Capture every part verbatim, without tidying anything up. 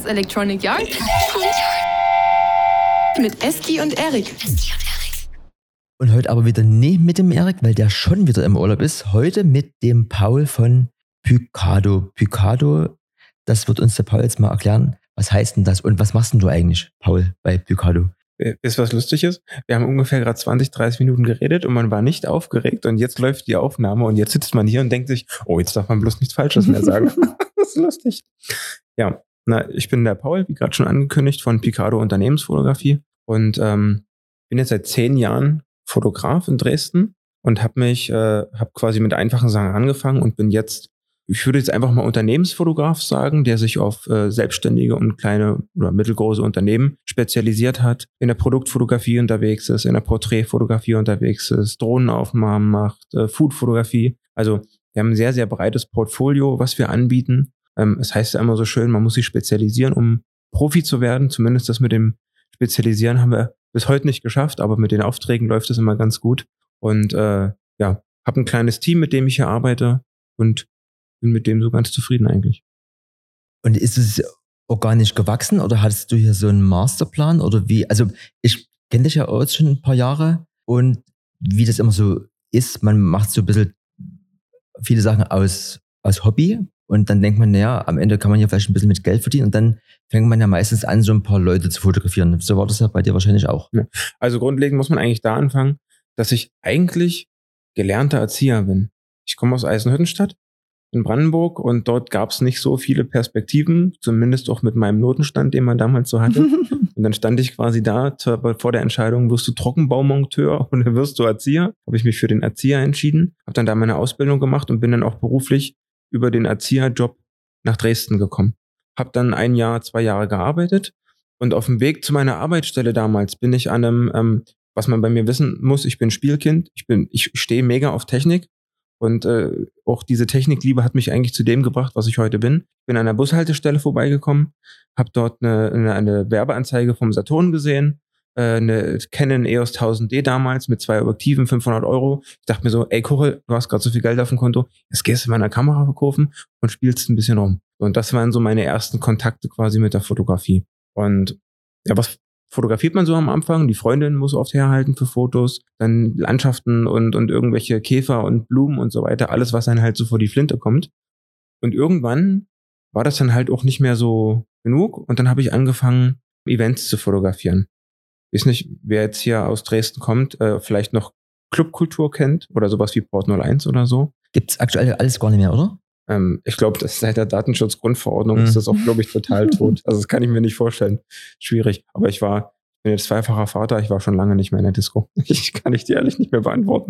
Das Electronic Yard mit Eski und Erik. Und heute aber wieder nicht mit dem Erik, weil der schon wieder im Urlaub ist. Heute mit dem Paul von Picado. Picado, das wird uns der Paul jetzt mal erklären. Was heißt denn das und was machst denn du eigentlich, Paul, bei Picado? Ist was Lustiges. Wir haben ungefähr gerade zwanzig, dreißig Minuten geredet und man war nicht aufgeregt und jetzt läuft die Aufnahme und jetzt sitzt man hier und denkt sich, oh, jetzt darf man bloß nichts Falsches mehr sagen. Das ist lustig. Ja, na, ich bin der Paul, wie gerade schon angekündigt, von Picado Unternehmensfotografie und ähm, bin jetzt seit zehn Jahren Fotograf in Dresden und habe mich, äh, habe quasi mit einfachen Sachen angefangen und bin jetzt, ich würde jetzt einfach mal Unternehmensfotograf sagen, der sich auf äh, selbstständige und kleine oder mittelgroße Unternehmen spezialisiert hat, in der Produktfotografie unterwegs ist, in der Porträtfotografie unterwegs ist, Drohnenaufnahmen macht, äh, Foodfotografie. Also wir haben ein sehr, sehr breites Portfolio, was wir anbieten. Ähm, es heißt ja immer so schön, man muss sich spezialisieren, um Profi zu werden. Zumindest das mit dem Spezialisieren haben wir bis heute nicht geschafft, aber mit den Aufträgen läuft es immer ganz gut. Und äh, ja, habe ein kleines Team, mit dem ich hier arbeite und bin mit dem so ganz zufrieden eigentlich. Und ist es organisch gewachsen oder hattest du hier so einen Masterplan oder wie? Also ich kenne dich ja auch schon ein paar Jahre und wie das immer so ist, man macht so ein bisschen viele Sachen aus, aus Hobby und dann denkt man, naja, am Ende kann man ja vielleicht ein bisschen mit Geld verdienen und dann fängt man ja meistens an, so ein paar Leute zu fotografieren. So war das ja bei dir wahrscheinlich auch. Ja. Also grundlegend muss man eigentlich da anfangen, dass ich eigentlich gelernter Erzieher bin. Ich komme aus Eisenhüttenstadt in Brandenburg und dort gab es nicht so viele Perspektiven, zumindest auch mit meinem Notenstand, den man damals so hatte. Und dann stand ich quasi da zur, vor der Entscheidung, wirst du Trockenbaumonteur oder wirst du Erzieher? Habe ich mich für den Erzieher entschieden, habe dann da meine Ausbildung gemacht und bin dann auch beruflich über den Erzieherjob nach Dresden gekommen. Habe dann ein Jahr, zwei Jahre gearbeitet und auf dem Weg zu meiner Arbeitsstelle damals bin ich an einem, ähm, was man bei mir wissen muss, ich bin Spielkind, ich bin, ich stehe mega auf Technik. Und äh, auch diese Technikliebe hat mich eigentlich zu dem gebracht, was ich heute bin. Ich bin an der Bushaltestelle vorbeigekommen, habe dort eine, eine, eine Werbeanzeige vom Saturn gesehen, äh, eine Canon E O S tausend D damals mit zwei Objektiven, fünfhundert Euro. Ich dachte mir so, ey Kuchel, du hast gerade so viel Geld auf dem Konto, jetzt gehst du mal eine Kamera verkaufen und spielst ein bisschen rum. Und das waren so meine ersten Kontakte quasi mit der Fotografie. Und ja, was fotografiert man so am Anfang? Die Freundin muss oft herhalten für Fotos, dann Landschaften und, und irgendwelche Käfer und Blumen und so weiter, alles, was dann halt so vor die Flinte kommt. Und irgendwann war das dann halt auch nicht mehr so genug und dann habe ich angefangen, Events zu fotografieren. Ich weiß nicht, wer jetzt hier aus Dresden kommt, äh, vielleicht noch Clubkultur kennt oder sowas wie Port null eins oder so. Gibt's aktuell alles gar nicht mehr, oder? Ähm, ich glaube, das seit der Datenschutzgrundverordnung Mhm. ist das auch, glaube ich, total tot. Also das kann ich mir nicht vorstellen. Schwierig. Aber ich war, ich bin jetzt zweifacher Vater, ich war schon lange nicht mehr in der Disco. Ich kann ich dir ehrlich nicht mehr beantworten.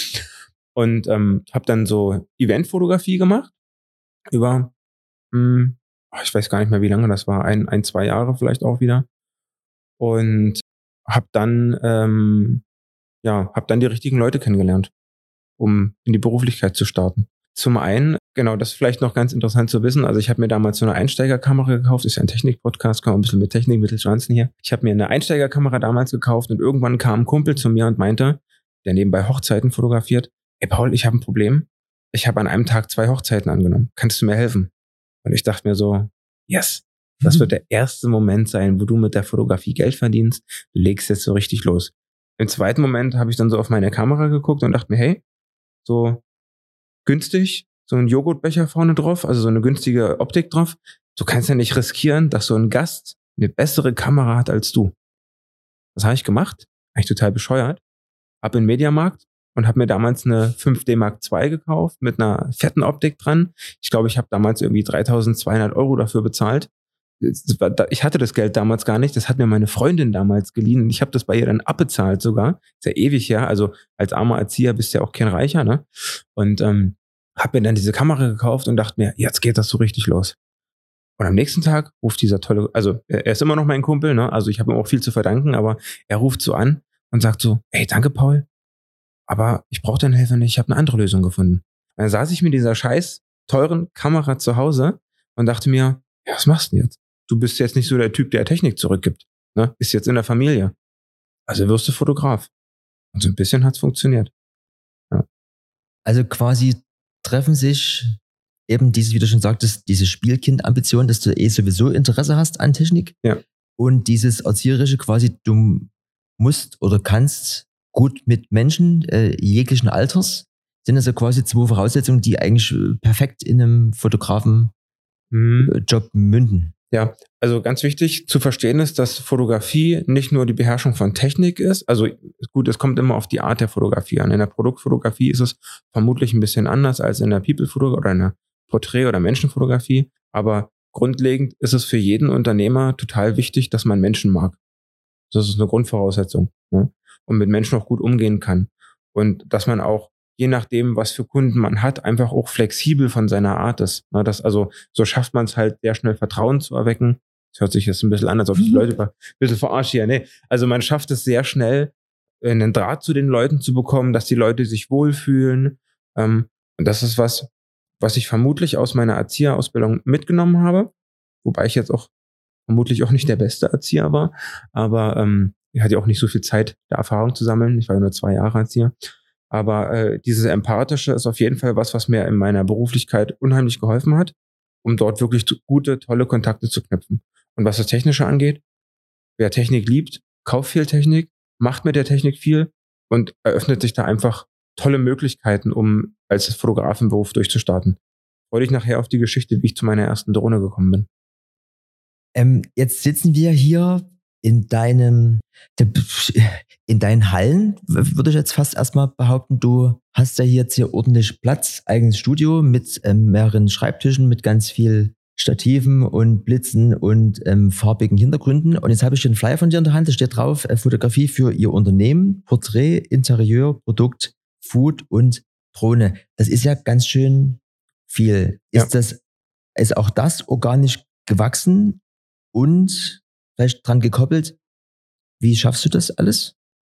Und ähm, habe dann so Eventfotografie gemacht über, mh, ich weiß gar nicht mehr, wie lange das war, ein, ein zwei Jahre vielleicht auch wieder. Und habe dann, ähm, ja, habe dann die richtigen Leute kennengelernt, um in die Beruflichkeit zu starten. Zum einen, genau, das ist vielleicht noch ganz interessant zu wissen. Also ich habe mir damals so eine Einsteigerkamera gekauft. Ist ja ein Technik-Podcast, kann man ein bisschen mit Technik, mit Schwanzen hier. Ich habe mir eine Einsteigerkamera damals gekauft und irgendwann kam ein Kumpel zu mir und meinte, der nebenbei Hochzeiten fotografiert, ey Paul, ich habe ein Problem. Ich habe an einem Tag zwei Hochzeiten angenommen. Kannst du mir helfen? Und ich dachte mir so, yes, das wird der erste Moment sein, wo du mit der Fotografie Geld verdienst. Du legst jetzt so richtig los. Im zweiten Moment habe ich dann so auf meine Kamera geguckt und dachte mir, hey, so günstig, so ein Joghurtbecher vorne drauf, also so eine günstige Optik drauf. Du kannst ja nicht riskieren, dass so ein Gast eine bessere Kamera hat als du. Was habe ich gemacht? Eigentlich total bescheuert. Ab in den Mediamarkt und habe mir damals eine fünf D Mark zwei gekauft mit einer fetten Optik dran. Ich glaube, ich habe damals irgendwie dreitausendzweihundert Euro dafür bezahlt. Ich hatte das Geld damals gar nicht. Das hat mir meine Freundin damals geliehen. Ich habe das bei ihr dann abbezahlt sogar. Ist ja ewig her. Also als armer Erzieher bist du ja auch kein Reicher, ne? Und ähm, habe mir dann diese Kamera gekauft und dachte mir, jetzt geht das so richtig los. Und am nächsten Tag ruft dieser tolle, also er ist immer noch mein Kumpel, ne? Also ich habe ihm auch viel zu verdanken, aber er ruft so an und sagt so, ey, danke Paul, aber ich brauche deine Hilfe nicht, ich habe eine andere Lösung gefunden. Und dann saß ich mit dieser scheiß teuren Kamera zu Hause und dachte mir, ja, was machst du denn jetzt? Du bist jetzt nicht so der Typ, der Technik zurückgibt, ne? Ist jetzt in der Familie. Also wirst du Fotograf. Und so ein bisschen hat's funktioniert. Ja. Also quasi treffen sich eben dieses, wie du schon sagtest, diese Spielkind-Ambition, dass du eh sowieso Interesse hast an Technik. Ja. Und dieses Erzieherische quasi, du musst oder kannst gut mit Menschen äh, jeglichen Alters, sind also quasi zwei Voraussetzungen, die eigentlich perfekt in einem Fotografen-Job Mhm. münden. Ja, also ganz wichtig zu verstehen ist, dass Fotografie nicht nur die Beherrschung von Technik ist. Also gut, es kommt immer auf die Art der Fotografie an. In der Produktfotografie ist es vermutlich ein bisschen anders als in der People-Fotografie oder in der Porträt- oder Menschenfotografie. Aber grundlegend ist es für jeden Unternehmer total wichtig, dass man Menschen mag. Das ist eine Grundvoraussetzung, ne? Und mit Menschen auch gut umgehen kann. Und dass man auch, je nachdem, was für Kunden man hat, einfach auch flexibel von seiner Art ist. Ne? Das, also, so schafft man es halt sehr schnell Vertrauen zu erwecken. Das hört sich jetzt ein bisschen an, als ob ich die Leute ein bisschen verarsche hier. Nee, also man schafft es sehr schnell, einen Draht zu den Leuten zu bekommen, dass die Leute sich wohlfühlen. Ähm, und das ist was, was ich vermutlich aus meiner Erzieherausbildung mitgenommen habe. Wobei ich jetzt auch vermutlich auch nicht der beste Erzieher war. Aber ähm, ich hatte ja auch nicht so viel Zeit, da Erfahrung zu sammeln. Ich war ja nur zwei Jahre Erzieher. Aber äh, dieses Empathische ist auf jeden Fall was, was mir in meiner Beruflichkeit unheimlich geholfen hat, um dort wirklich zu, gute, tolle Kontakte zu knüpfen. Und was das Technische angeht, wer Technik liebt, kauft viel Technik, macht mit der Technik viel und eröffnet sich da einfach tolle Möglichkeiten, um als Fotografenberuf durchzustarten. Freue dich nachher auf die Geschichte, wie ich zu meiner ersten Drohne gekommen bin. Ähm, jetzt sitzen wir hier in deinem, in deinen Hallen, würde ich jetzt fast erstmal behaupten. Du hast ja jetzt hier ordentlich Platz, eigenes Studio mit ähm, mehreren Schreibtischen, mit ganz viel Stativen und Blitzen und ähm, farbigen Hintergründen. Und jetzt habe ich einen Flyer von dir in der Hand, da steht drauf, äh, Fotografie für Ihr Unternehmen, Porträt, Interieur, Produkt, Food und Drohne. Das ist ja ganz schön viel. Ist Ja. das, ist auch das organisch gewachsen und vielleicht dran gekoppelt? Wie schaffst du das alles?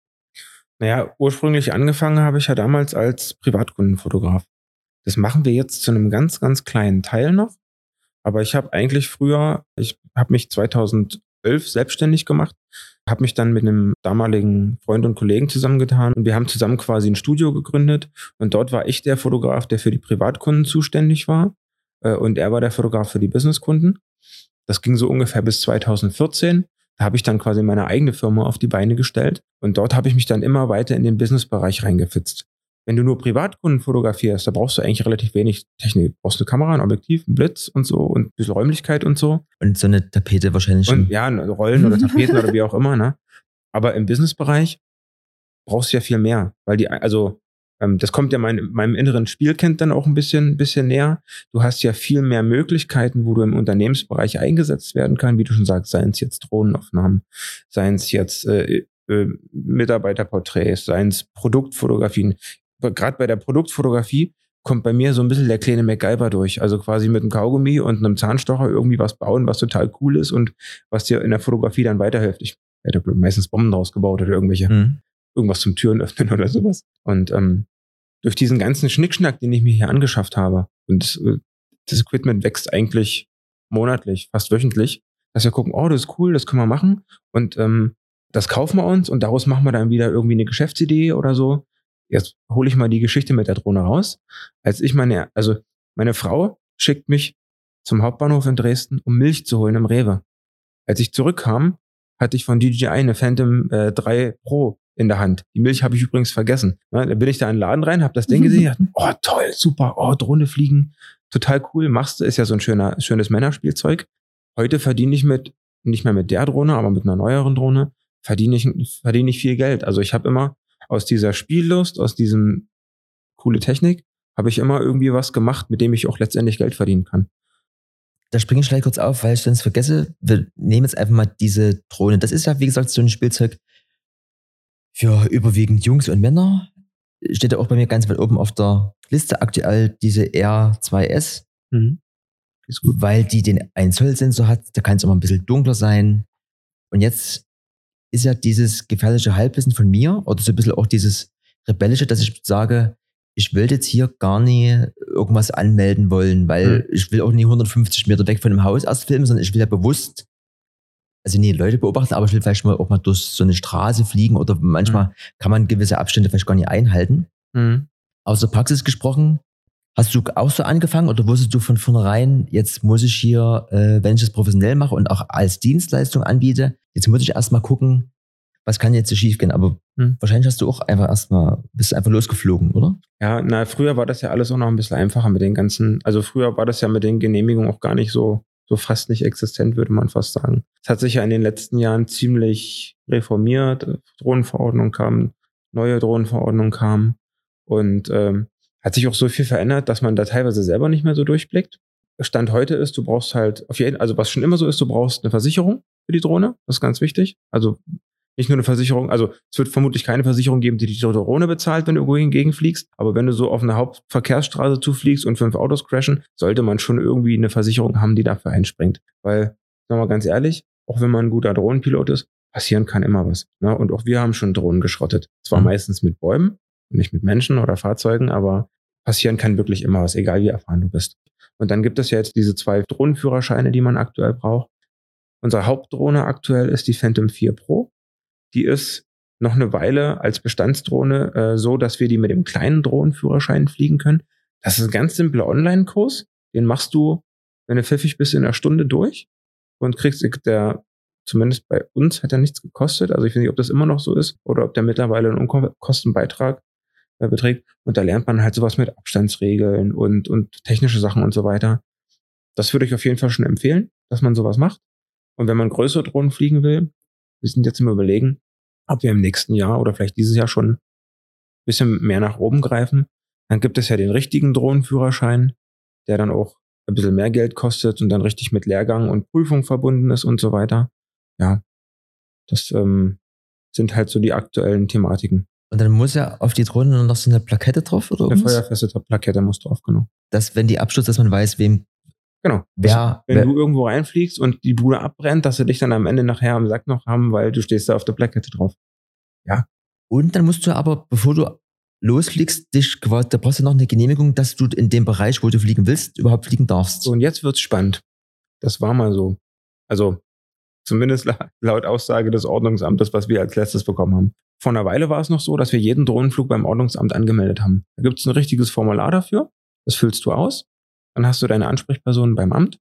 Naja, ursprünglich angefangen habe ich ja damals als Privatkundenfotograf. Das machen wir jetzt zu einem ganz, ganz kleinen Teil noch. Aber ich habe eigentlich früher, ich habe mich zweitausendelf selbstständig gemacht, habe mich dann mit einem damaligen Freund und Kollegen zusammengetan und wir haben zusammen quasi ein Studio gegründet und dort war ich der Fotograf, der für die Privatkunden zuständig war äh, und er war der Fotograf für die Businesskunden. Das ging so ungefähr bis zweitausendvierzehn. Da habe ich dann quasi meine eigene Firma auf die Beine gestellt und dort habe ich mich dann immer weiter in den Businessbereich reingefitzt. Wenn du nur Privatkunden fotografierst, da brauchst du eigentlich relativ wenig Technik. Du brauchst eine Kamera, ein Objektiv, einen Blitz und so und ein bisschen Räumlichkeit und so. Und so eine Tapete wahrscheinlich schon. Und ja, Rollen oder Tapeten oder wie auch immer, ne? Aber im Businessbereich brauchst du ja viel mehr, weil die, also ähm, das kommt ja mein, meinem inneren Spielkind dann auch ein bisschen, bisschen näher. Du hast ja viel mehr Möglichkeiten, wo du im Unternehmensbereich eingesetzt werden kann, wie du schon sagst, seien es jetzt Drohnenaufnahmen, seien es jetzt äh, äh, Mitarbeiterporträts, seien es Produktfotografien. Gerade bei der Produktfotografie kommt bei mir so ein bisschen der kleine MacGyver durch. Also quasi mit einem Kaugummi und einem Zahnstocher irgendwie was bauen, was total cool ist und was dir in der Fotografie dann weiterhilft. Ich hätte meistens Bomben draus gebaut oder irgendwelche, Mhm. irgendwas zum Türen öffnen oder sowas. Und ähm, durch diesen ganzen Schnickschnack, den ich mir hier angeschafft habe, und das, das Equipment wächst eigentlich monatlich, fast wöchentlich, dass wir gucken, oh, das ist cool, das können wir machen. Und ähm, das kaufen wir uns und daraus machen wir dann wieder irgendwie eine Geschäftsidee oder so. Jetzt hole ich mal die Geschichte mit der Drohne raus. Als ich meine, also meine Frau schickt mich zum Hauptbahnhof in Dresden, um Milch zu holen im Rewe. Als ich zurückkam, hatte ich von D J I eine Phantom äh, drei Pro in der Hand. Die Milch habe ich übrigens vergessen. Ne? Da bin ich da in den Laden rein, habe das Ding gesehen, dachte, oh toll, super, oh Drohne fliegen, total cool, machst du, ist ja so ein schöner, schönes Männerspielzeug. Heute verdiene ich mit, nicht mehr mit der Drohne, aber mit einer neueren Drohne, verdiene ich, verdiene ich viel Geld. Also ich habe immer aus dieser Spiellust, aus diesem coole Technik, habe ich immer irgendwie was gemacht, mit dem ich auch letztendlich Geld verdienen kann. Da springe ich gleich kurz auf, weil ich sonst vergesse. Wir nehmen jetzt einfach mal diese Drohne. Das ist ja, wie gesagt, so ein Spielzeug für überwiegend Jungs und Männer. Steht ja auch bei mir ganz weit oben auf der Liste aktuell diese R zwei S. Mhm. Ist gut. Weil die den ein Zoll Sensor hat. Da kann es auch mal ein bisschen dunkler sein. Und jetzt ist ja dieses gefährliche Halbwissen von mir oder so ein bisschen auch dieses rebellische, dass ich sage, ich will jetzt hier gar nie irgendwas anmelden wollen, weil mhm. ich will auch nie hundertfünfzig Meter weg von dem Haus erst filmen, sondern ich will ja bewusst, also nie Leute beobachten, aber ich will vielleicht mal auch mal durch so eine Straße fliegen oder manchmal mhm. kann man gewisse Abstände vielleicht gar nicht einhalten. Mhm. Aus der Praxis gesprochen, Hast du auch so angefangen oder wusstest du von vornherein, jetzt muss ich hier, äh, wenn ich das professionell mache und auch als Dienstleistung anbiete, jetzt muss ich erstmal gucken, was kann jetzt so schief gehen? Aber hm. wahrscheinlich hast du auch einfach erstmal, bist einfach losgeflogen, oder? Ja, na, früher war das ja alles auch noch ein bisschen einfacher mit den ganzen, also früher war das ja mit den Genehmigungen auch gar nicht so, so fast nicht existent, würde man fast sagen. Es hat sich ja in den letzten Jahren ziemlich reformiert. Drohnenverordnung kam, neue Drohnenverordnung kam und ähm, hat sich auch so viel verändert, dass man da teilweise selber nicht mehr so durchblickt. Stand heute ist, du brauchst halt auf jeden, also was schon immer so ist, du brauchst eine Versicherung für die Drohne. Das ist ganz wichtig. Also nicht nur eine Versicherung, also es wird vermutlich keine Versicherung geben, die die Drohne bezahlt, wenn du irgendwo hingegen fliegst. Aber wenn du so auf eine Hauptverkehrsstraße zufliegst und fünf Autos crashen, sollte man schon irgendwie eine Versicherung haben, die dafür einspringt. Weil, sagen wir mal ganz ehrlich, auch wenn man ein guter Drohnenpilot ist, passieren kann immer was. Ne? Und auch wir haben schon Drohnen geschrottet. Zwar mhm. meistens mit Bäumen, nicht mit Menschen oder Fahrzeugen, aber passieren kann wirklich immer was, egal wie erfahren du bist. Und dann gibt es ja jetzt diese zwei Drohnenführerscheine, die man aktuell braucht. Unsere Hauptdrohne aktuell ist die Phantom vier Pro. Die ist noch eine Weile als Bestandsdrohne äh, so, dass wir die mit dem kleinen Drohnenführerschein fliegen können. Das ist ein ganz simpler Online-Kurs. Den machst du, wenn du pfiffig bist, in einer Stunde durch und kriegst, der, zumindest bei uns hat er nichts gekostet. Also ich weiß nicht, ob das immer noch so ist oder ob der mittlerweile einen Unkostenbeitrag äh, beträgt. Und da lernt man halt sowas mit Abstandsregeln und, und technische Sachen und so weiter. Das würde ich auf jeden Fall schon empfehlen, dass man sowas macht. Und wenn man größere Drohnen fliegen will, wir sind jetzt im Überlegen, ob wir im nächsten Jahr oder vielleicht dieses Jahr schon ein bisschen mehr nach oben greifen. Dann gibt es ja den richtigen Drohnenführerschein, der dann auch ein bisschen mehr Geld kostet und dann richtig mit Lehrgang und Prüfung verbunden ist und so weiter. Ja, das ähm, sind halt so die aktuellen Thematiken. Und dann muss ja auf die Drohne noch so eine Plakette drauf, oder? Eine feuerfeste Plakette muss drauf, genau. Dass, wenn die abstürzt, dass man weiß, wem. Genau. Wer, also, wenn wer, du irgendwo reinfliegst und die Bude abbrennt, dass sie dich dann am Ende nachher am Sack noch haben, weil du stehst da auf der Plakette drauf. Ja. Und dann musst du aber, bevor du losfliegst, dich quasi, da brauchst du noch eine Genehmigung, dass du in dem Bereich, wo du fliegen willst, überhaupt fliegen darfst. So, und jetzt wird's spannend. Das war mal so. Also, zumindest laut Aussage des Ordnungsamtes, was wir als letztes bekommen haben. Vor einer Weile war es noch so, dass wir jeden Drohnenflug beim Ordnungsamt angemeldet haben. Da gibt's ein richtiges Formular dafür. Das füllst du aus. Dann hast du deine Ansprechperson beim Amt.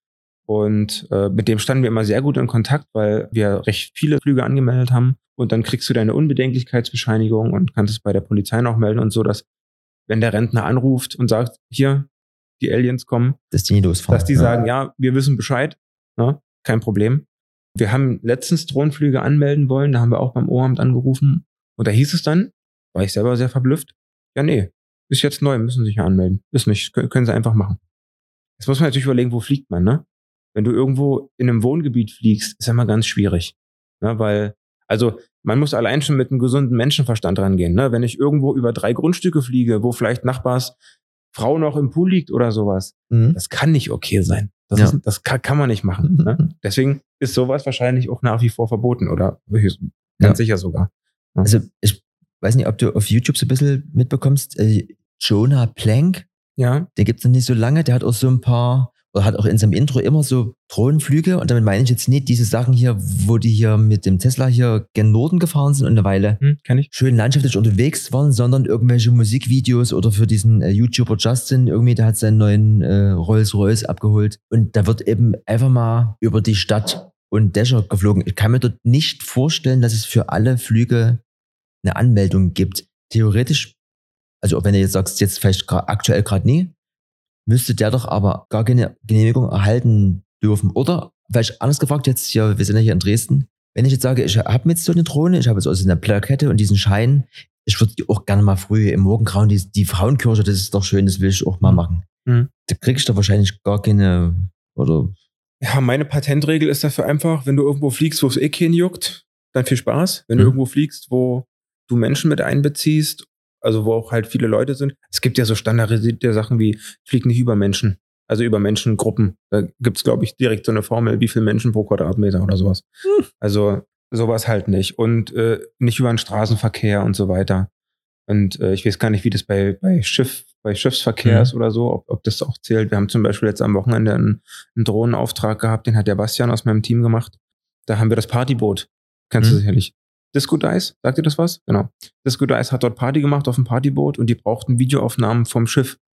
Und äh, mit dem standen wir immer sehr gut in Kontakt, weil wir recht viele Flüge angemeldet haben. Und dann kriegst du deine Unbedenklichkeitsbescheinigung und kannst es bei der Polizei noch melden und so, dass wenn der Rentner anruft und sagt, hier, die Aliens kommen, dass die, losfahren, dass die ja. sagen, ja, wir wissen Bescheid, ne? Kein Problem. Wir haben letztens Drohnenflüge anmelden wollen, da haben wir auch beim O-Amt angerufen. Und da hieß es dann, war ich selber sehr verblüfft, ja nee, ist jetzt neu, müssen sich ja anmelden. Ist nicht, können sie einfach machen. Jetzt muss man natürlich überlegen, wo fliegt man, ne? Wenn du irgendwo in einem Wohngebiet fliegst, ist ja immer ganz schwierig. Ne? Weil, also man muss allein schon mit einem gesunden Menschenverstand rangehen. Ne? Wenn ich irgendwo über drei Grundstücke fliege, wo vielleicht Nachbars Frau noch im Pool liegt oder sowas, mhm. das kann nicht okay sein. Das, ja. ist, das kann, kann man nicht machen. Ne? Deswegen ist sowas wahrscheinlich auch nach wie vor verboten oder ganz ja. sicher sogar. Ja. Also ich weiß nicht, ob du auf YouTube so ein bisschen mitbekommst, äh, Jonah Plank, ja. den gibt's noch nicht so lange, der hat auch so ein paar, oder hat auch in seinem Intro immer so Drohnenflüge und damit meine ich jetzt nicht diese Sachen hier, wo die hier mit dem Tesla hier gen Norden gefahren sind und eine Weile hm, kenn ich. schön landschaftlich unterwegs waren, sondern irgendwelche Musikvideos oder für diesen äh, YouTuber Justin, irgendwie, der hat seinen neuen äh, Rolls-Royce abgeholt und da wird eben einfach mal über die Stadt und Dächer geflogen. Ich kann mir dort nicht vorstellen, dass es für alle Flüge eine Anmeldung gibt. Theoretisch, also auch wenn du jetzt sagst, jetzt vielleicht grad, aktuell gerade nie, müsste der doch aber gar keine Genehmigung erhalten dürfen. Oder, vielleicht anders gefragt, jetzt hier, wir sind ja hier in Dresden, wenn ich jetzt sage, ich habe jetzt so eine Drohne, ich habe jetzt also eine Plakette und diesen Schein, ich würde die auch gerne mal früh im Morgengrauen, die, die Frauenkirche, das ist doch schön, das will ich auch mal machen. Mhm. Da krieg ich doch wahrscheinlich gar keine, oder? Ja, meine Patentregel ist dafür einfach, wenn du irgendwo fliegst, wo es eh keinen juckt, dann viel Spaß. Wenn mhm. du irgendwo fliegst, wo du Menschen mit einbeziehst, also wo auch halt viele Leute sind. Es gibt ja so standardisierte Sachen wie, flieg nicht über Menschen, also über Menschengruppen. Da gibt's, glaube ich, direkt so eine Formel, wie viele Menschen pro Quadratmeter oder sowas. Mhm. Also sowas halt nicht. Und äh, nicht über den Straßenverkehr und so weiter. Und äh, ich weiß gar nicht, wie das bei, bei Schiff, bei Schiffsverkehr mhm. ist oder so, ob, ob das auch zählt. Wir haben zum Beispiel jetzt am Wochenende einen, einen Drohnenauftrag gehabt, den hat der Bastian aus meinem Team gemacht. Da haben wir das Partyboot. Kennst mhm. du sicherlich. Disco Dice, sagt ihr das was? Genau. Disco Dice hat dort Party gemacht auf dem Partyboot und die brauchten Videoaufnahmen vom Schiff.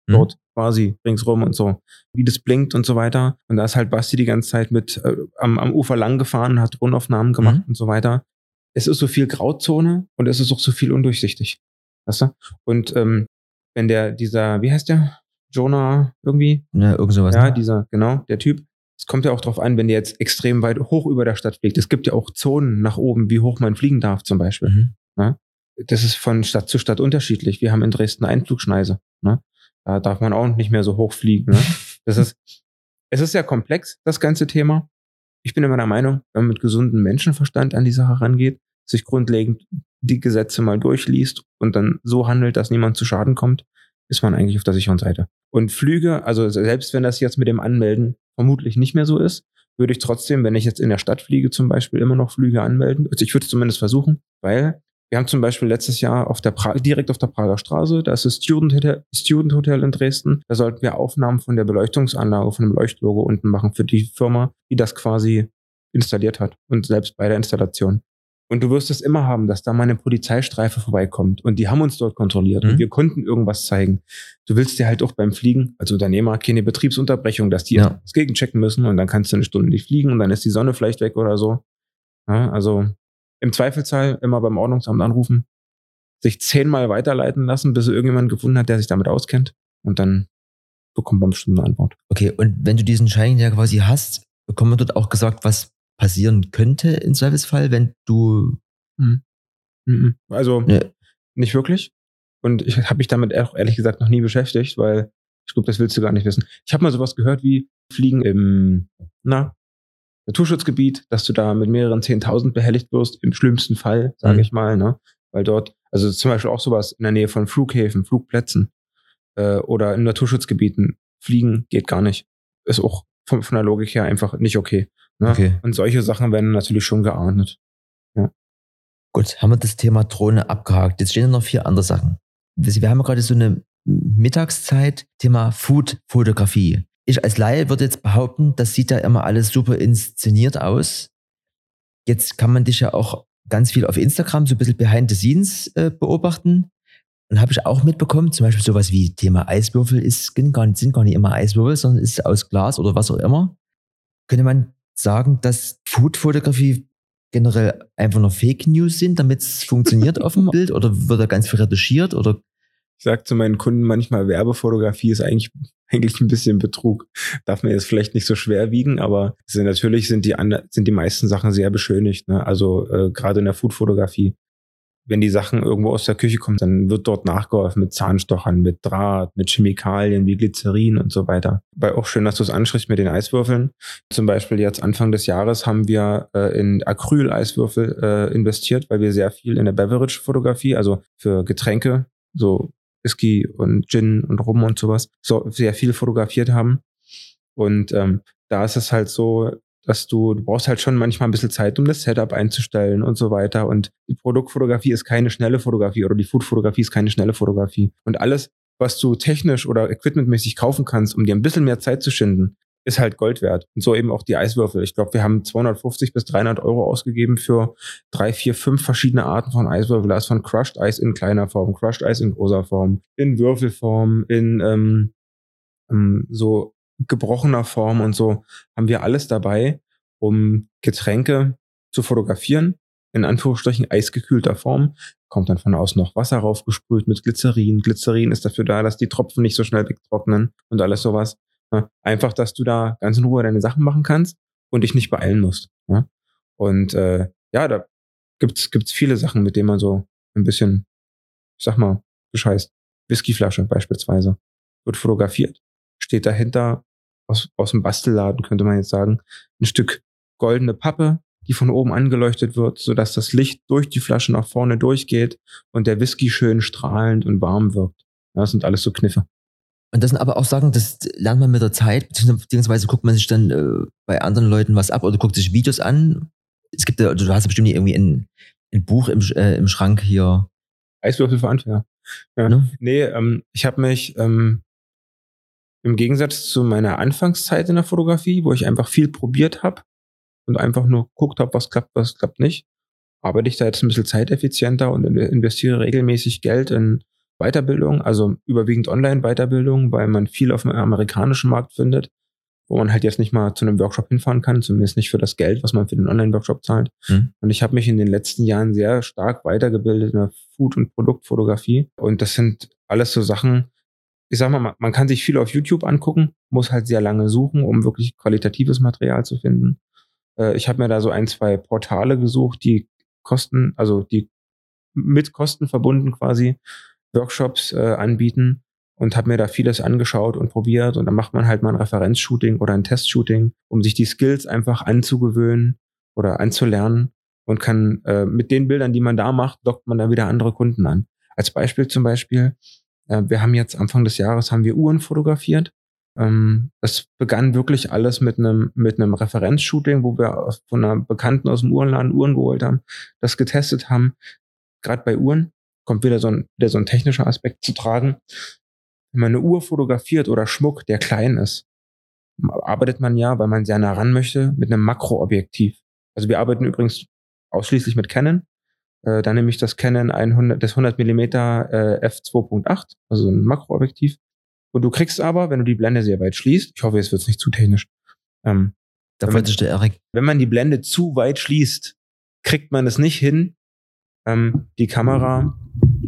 dort hm. quasi ringsrum und so, wie das blinkt und so weiter. Und da ist halt Basti die ganze Zeit mit äh, am, am Ufer lang gefahren, hat Drohnenaufnahmen gemacht hm. und so weiter. Es ist so viel Grauzone und es ist auch so viel undurchsichtig. Weißt du? Und ähm, wenn der, dieser, wie heißt der? Jonah irgendwie? Ja, irgend sowas. Ja, ne? dieser, genau, der Typ. Es kommt ja auch drauf an, wenn der jetzt extrem weit hoch über der Stadt fliegt. Es gibt ja auch Zonen nach oben, wie hoch man fliegen darf zum Beispiel. Mhm. Ja? Das ist von Stadt zu Stadt unterschiedlich. Wir haben in Dresden Einflugschneise. Ne? Da darf man auch nicht mehr so hoch fliegen. Ne? Das ist, es ist sehr komplex, das ganze Thema. Ich bin immer der Meinung, wenn man mit gesundem Menschenverstand an die Sache rangeht, sich grundlegend die Gesetze mal durchliest und dann so handelt, dass niemand zu Schaden kommt, ist man eigentlich auf der sicheren Seite. Und Flüge, also selbst wenn das jetzt mit dem Anmelden vermutlich nicht mehr so ist, würde ich trotzdem, wenn ich jetzt in der Stadt fliege zum Beispiel, immer noch Flüge anmelden. Also ich würde es zumindest versuchen, weil wir haben zum Beispiel letztes Jahr auf der pra- direkt auf der Prager Straße, da ist das Student Hotel, Student Hotel in Dresden, da sollten wir Aufnahmen von der Beleuchtungsanlage, von dem Leuchtlogo unten machen für die Firma, die das quasi installiert hat und selbst bei der Installation. Und du wirst es immer haben, dass da mal eine Polizeistreife vorbeikommt und die haben uns dort kontrolliert mhm. und wir konnten irgendwas zeigen. Du willst dir halt auch beim Fliegen, als Unternehmer, keine Betriebsunterbrechung, dass die ja. das gegenchecken müssen und dann kannst du eine Stunde nicht fliegen und dann ist die Sonne vielleicht weg oder so. Ja, also im Zweifelsfall immer beim Ordnungsamt anrufen, sich zehnmal weiterleiten lassen, bis er irgendjemanden gefunden hat, der sich damit auskennt und dann bekommt man bestimmt eine Antwort. Okay, und wenn du diesen Schein ja quasi hast, bekommt man dort auch gesagt, was passieren könnte im Zweifelsfall, wenn du... Hm. Also ne. nicht wirklich. Und ich habe mich damit auch ehrlich gesagt noch nie beschäftigt, weil ich glaube, das willst du gar nicht wissen. Ich habe mal sowas gehört wie Fliegen im na, Naturschutzgebiet, dass du da mit mehreren zehntausend behelligt wirst, im schlimmsten Fall, sage mhm. ich mal. Ne? Weil dort, also zum Beispiel auch sowas in der Nähe von Flughäfen, Flugplätzen äh, oder in Naturschutzgebieten, Fliegen geht gar nicht. Ist auch von, von der Logik her einfach nicht okay. Ne? Okay. Und solche Sachen werden natürlich schon geahndet. Ja. Gut, haben wir das Thema Drohne abgehakt. Jetzt stehen noch vier andere Sachen. Wir haben ja gerade so eine Mittagszeit, Thema Food-Fotografie. Ich als Laie würde jetzt behaupten, das sieht ja immer alles super inszeniert aus. Jetzt kann man dich ja auch ganz viel auf Instagram so ein bisschen behind the scenes äh, beobachten. Und habe ich auch mitbekommen, zum Beispiel sowas wie Thema Eiswürfel ist, sind gar nicht, sind gar nicht immer Eiswürfel, sondern ist aus Glas oder was auch immer. Könnte man sagen, dass Food-Fotografie generell einfach nur Fake News sind, damit es funktioniert auf dem Bild? Oder wird da ganz viel retuschiert? Oder? Ich sage zu meinen Kunden manchmal, Werbefotografie ist eigentlich, eigentlich ein bisschen Betrug. Darf man jetzt vielleicht nicht so schwer wiegen, aber sind, natürlich sind die, andre, sind die meisten Sachen sehr beschönigt. Ne? Also äh, gerade in der Food-Fotografie. Wenn die Sachen irgendwo aus der Küche kommen, dann wird dort nachgeholfen mit Zahnstochern, mit Draht, mit Chemikalien wie Glycerin und so weiter. Aber auch schön, dass du es ansprichst mit den Eiswürfeln. Zum Beispiel jetzt Anfang des Jahres haben wir äh, in Acryl-Eiswürfel äh, investiert, weil wir sehr viel in der Beverage-Fotografie, also für Getränke, so Whisky und Gin und Rum und sowas, so sehr viel fotografiert haben. Und ähm, da ist es halt so, dass du, du brauchst halt schon manchmal ein bisschen Zeit, um das Setup einzustellen und so weiter. Und die Produktfotografie ist keine schnelle Fotografie oder die Foodfotografie ist keine schnelle Fotografie. Und alles, was du technisch oder equipmentmäßig kaufen kannst, um dir ein bisschen mehr Zeit zu schinden, ist halt Gold wert. Und so eben auch die Eiswürfel. Ich glaube, wir haben zweihundertfünfzig bis dreihundert Euro ausgegeben für drei, vier, fünf verschiedene Arten von Eiswürfel. Da ist von Crushed Eis in kleiner Form, Crushed Eis in großer Form, in Würfelform, in ähm, ähm, so gebrochener Form und so, haben wir alles dabei, um Getränke zu fotografieren, in Anführungsstrichen eisgekühlter Form. Kommt dann von außen noch Wasser raufgesprüht mit Glycerin. Glycerin ist dafür da, dass die Tropfen nicht so schnell wegtrocknen und alles sowas. Einfach, dass du da ganz in Ruhe deine Sachen machen kannst und dich nicht beeilen musst. Und äh, ja, da gibt's gibt's viele Sachen, mit denen man so ein bisschen, ich sag mal, bescheißt. Whiskyflasche beispielsweise wird fotografiert. Steht dahinter, aus, aus dem Bastelladen könnte man jetzt sagen, ein Stück goldene Pappe, die von oben angeleuchtet wird, sodass das Licht durch die Flasche nach vorne durchgeht und der Whisky schön strahlend und warm wirkt. Ja, das sind alles so Kniffe. Und das sind aber auch Sachen, das lernt man mit der Zeit, beziehungsweise guckt man sich dann äh, bei anderen Leuten was ab oder guckt sich Videos an. Es gibt ja, also du hast ja bestimmt irgendwie ein, ein Buch im, äh, im Schrank hier. Eiswürfel für Anfänger. Ja. Ne? Nee, ähm, ich habe mich ähm, im Gegensatz zu meiner Anfangszeit in der Fotografie, wo ich einfach viel probiert habe und einfach nur geguckt habe, was klappt, was klappt nicht, arbeite ich da jetzt ein bisschen zeiteffizienter und investiere regelmäßig Geld in Weiterbildung, also überwiegend Online-Weiterbildung, weil man viel auf dem amerikanischen Markt findet, wo man halt jetzt nicht mal zu einem Workshop hinfahren kann, zumindest nicht für das Geld, was man für den Online-Workshop zahlt. Hm. Und ich habe mich in den letzten Jahren sehr stark weitergebildet in der Food- und Produktfotografie. Und das sind alles so Sachen, ich sag mal, man kann sich viel auf YouTube angucken, muss halt sehr lange suchen, um wirklich qualitatives Material zu finden. Ich habe mir da so ein, zwei Portale gesucht, die Kosten, also die mit Kosten verbunden quasi Workshops äh, anbieten und habe mir da vieles angeschaut und probiert und dann macht man halt mal ein Referenzshooting oder ein Testshooting, um sich die Skills einfach anzugewöhnen oder anzulernen und kann äh, mit den Bildern, die man da macht, lockt man dann wieder andere Kunden an. Als Beispiel zum Beispiel, äh, wir haben jetzt Anfang des Jahres haben wir Uhren fotografiert. Ähm, das begann wirklich alles mit einem mit einem Referenzshooting, wo wir von einer Bekannten aus dem Uhrenladen Uhren geholt haben, das getestet haben. Gerade bei Uhren kommt wieder so ein, wieder so ein technischer Aspekt zu tragen. Wenn man eine Uhr fotografiert oder Schmuck, der klein ist, arbeitet man ja, weil man sehr nah ran möchte, mit einem Makroobjektiv. Also wir arbeiten übrigens ausschließlich mit Canon. Äh, da nehme ich das Canon hundert, das hundert Millimeter äh, F zwei Punkt acht, also ein Makroobjektiv. Und du kriegst aber, wenn du die Blende sehr weit schließt, ich hoffe, jetzt wird es nicht zu technisch. Ähm, da wollte ich der Erik. Wenn man die Blende zu weit schließt, kriegt man es nicht hin, ähm, die Kamera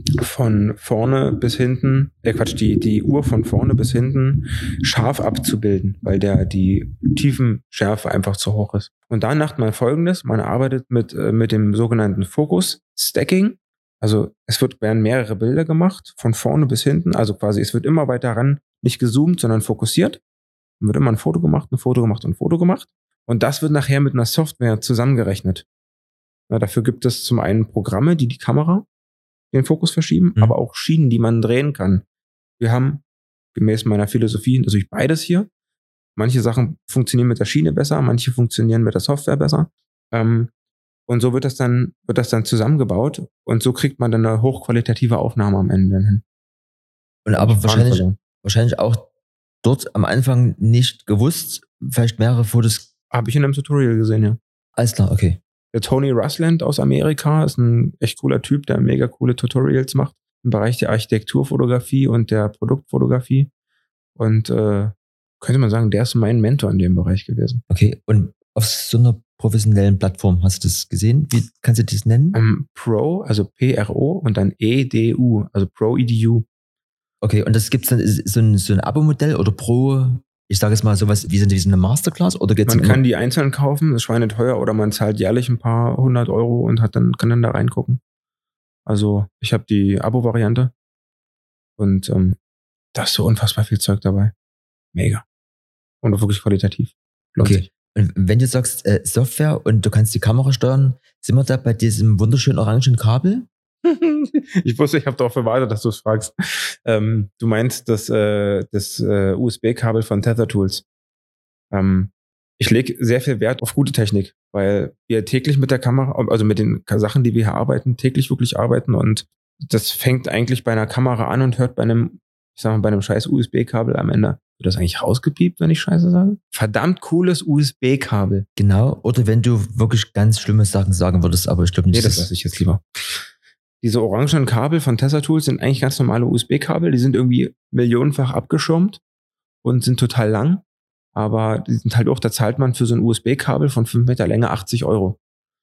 von vorne bis hinten, äh Quatsch, die, die Uhr von vorne bis hinten scharf abzubilden, weil der die Tiefenschärfe einfach zu hoch ist. Und dann macht man Folgendes, man arbeitet mit, äh, mit dem sogenannten Fokus-Stacking. Also es wird, werden mehrere Bilder gemacht, von vorne bis hinten, also quasi es wird immer weiter ran, nicht gezoomt, sondern fokussiert. Dann wird immer ein Foto gemacht, ein Foto gemacht und ein Foto gemacht. Und das wird nachher mit einer Software zusammengerechnet. Na, dafür gibt es zum einen Programme, die die Kamera den Fokus verschieben, mhm. aber auch Schienen, die man drehen kann. Wir haben gemäß meiner Philosophie natürlich beides hier. Manche Sachen funktionieren mit der Schiene besser, manche funktionieren mit der Software besser. Ähm, und so wird das dann wird das dann zusammengebaut und so kriegt man dann eine hochqualitative Aufnahme am Ende hin. Und aber wahrscheinlich, wahrscheinlich auch dort am Anfang nicht gewusst, vielleicht mehrere Fotos. Habe ich in einem Tutorial gesehen, ja. Alles klar, okay. Der Tony Rusland aus Amerika ist ein echt cooler Typ, der mega coole Tutorials macht im Bereich der Architekturfotografie und der Produktfotografie. Und äh, könnte man sagen, der ist mein Mentor in dem Bereich gewesen. Okay, und auf so einer professionellen Plattform hast du das gesehen? Wie kannst du das nennen? Um, Pro, also P R O und dann E D U, also Pro E D U. Okay, und das gibt's dann so ein, so ein Abo-Modell oder pro, ich sage es mal sowas wie, wie so eine Masterclass? Oder geht's man kann die einzeln kaufen, ist schweineteuer, oder man zahlt jährlich ein paar hundert Euro und hat dann, kann dann da reingucken. Also ich habe die Abo-Variante und ähm, da ist so unfassbar viel Zeug dabei. Mega. Und auch wirklich qualitativ. Lohnt okay. sich. Und wenn du sagst äh, Software und du kannst die Kamera steuern, sind wir da bei diesem wunderschönen orangen Kabel? Ich wusste, ich habe darauf gewartet, dass du es fragst. Ähm, du meinst das, äh, das äh, U S B-Kabel von Tether Tools. Ähm, ich lege sehr viel Wert auf gute Technik, weil wir täglich mit der Kamera, also mit den Sachen, die wir hier arbeiten, täglich wirklich arbeiten und das fängt eigentlich bei einer Kamera an und hört bei einem, ich sag mal, bei einem scheiß U S B-Kabel am Ende. Wird das eigentlich rausgepiept, wenn ich Scheiße sage? Verdammt cooles U S B-Kabel. Genau, oder wenn du wirklich ganz schlimme Sachen sagen würdest, aber ich glaube nicht. Nee, das lasse ich jetzt lieber. Diese orangen Kabel von Tether Tools sind eigentlich ganz normale U S B-Kabel. Die sind irgendwie millionenfach abgeschirmt und sind total lang. Aber die sind halt auch, da zahlt man für so ein U S B-Kabel von fünf Meter Länge achtzig Euro.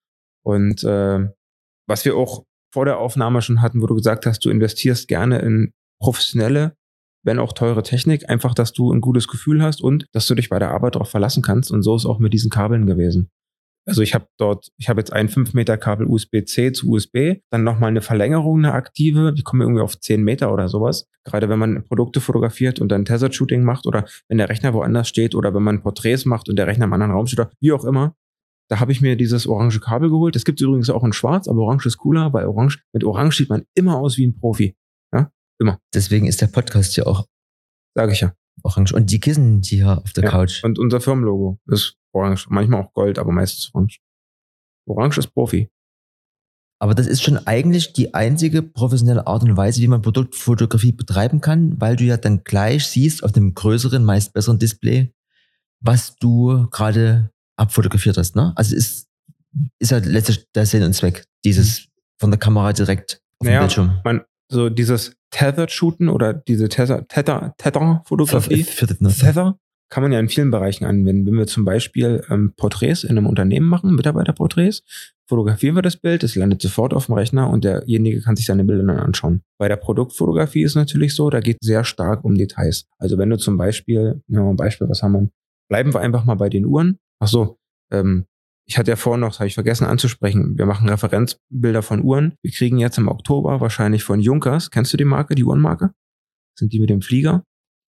Und äh, was wir auch vor der Aufnahme schon hatten, wo du gesagt hast, du investierst gerne in professionelle, wenn auch teure Technik, einfach, dass du ein gutes Gefühl hast und dass du dich bei der Arbeit darauf verlassen kannst. Und so ist auch mit diesen Kabeln gewesen. Also ich habe dort, ich habe jetzt ein fünf Meter Kabel U S B C zu U S B, dann nochmal eine Verlängerung, eine aktive, die kommen irgendwie auf zehn Meter oder sowas. Gerade wenn man Produkte fotografiert und dann Tessert-Shooting macht oder wenn der Rechner woanders steht oder wenn man Porträts macht und der Rechner im anderen Raum steht oder wie auch immer. Da habe ich mir dieses orange Kabel geholt. Das gibt es übrigens auch in schwarz, aber orange ist cooler, weil orange, mit orange sieht man immer aus wie ein Profi. Ja, immer. Deswegen ist der Podcast hier auch, sage ich ja, orange. Und die Kissen, die hier auf der ja, Couch. Und unser Firmenlogo ist orange. Manchmal auch Gold, aber meistens orange. Orange ist Profi. Aber das ist schon eigentlich die einzige professionelle Art und Weise, wie man Produktfotografie betreiben kann, weil du ja dann gleich siehst auf dem größeren, meist besseren Display, was du gerade abfotografiert hast. Ne? Also ist, ist halt letztlich der Sinn und Zweck, dieses von der Kamera direkt auf naja, dem Bildschirm. Man, so dieses Tethered-Shooten oder diese Tether, Tether, Tether-Fotografie, Tether, kann man ja in vielen Bereichen anwenden. Wenn wir zum Beispiel ähm, Porträts in einem Unternehmen machen, Mitarbeiterporträts, fotografieren wir das Bild, es landet sofort auf dem Rechner und derjenige kann sich seine Bilder dann anschauen. Bei der Produktfotografie ist natürlich so, da geht es sehr stark um Details. Also wenn du zum Beispiel, nehmen wir mal ein Beispiel, was haben wir? Bleiben wir einfach mal bei den Uhren. Ach so, ähm, ich hatte ja vorhin noch, das habe ich vergessen anzusprechen, wir machen Referenzbilder von Uhren. Wir kriegen jetzt im Oktober wahrscheinlich von Junkers, kennst du die Marke, die Uhrenmarke? Sind die mit dem Flieger?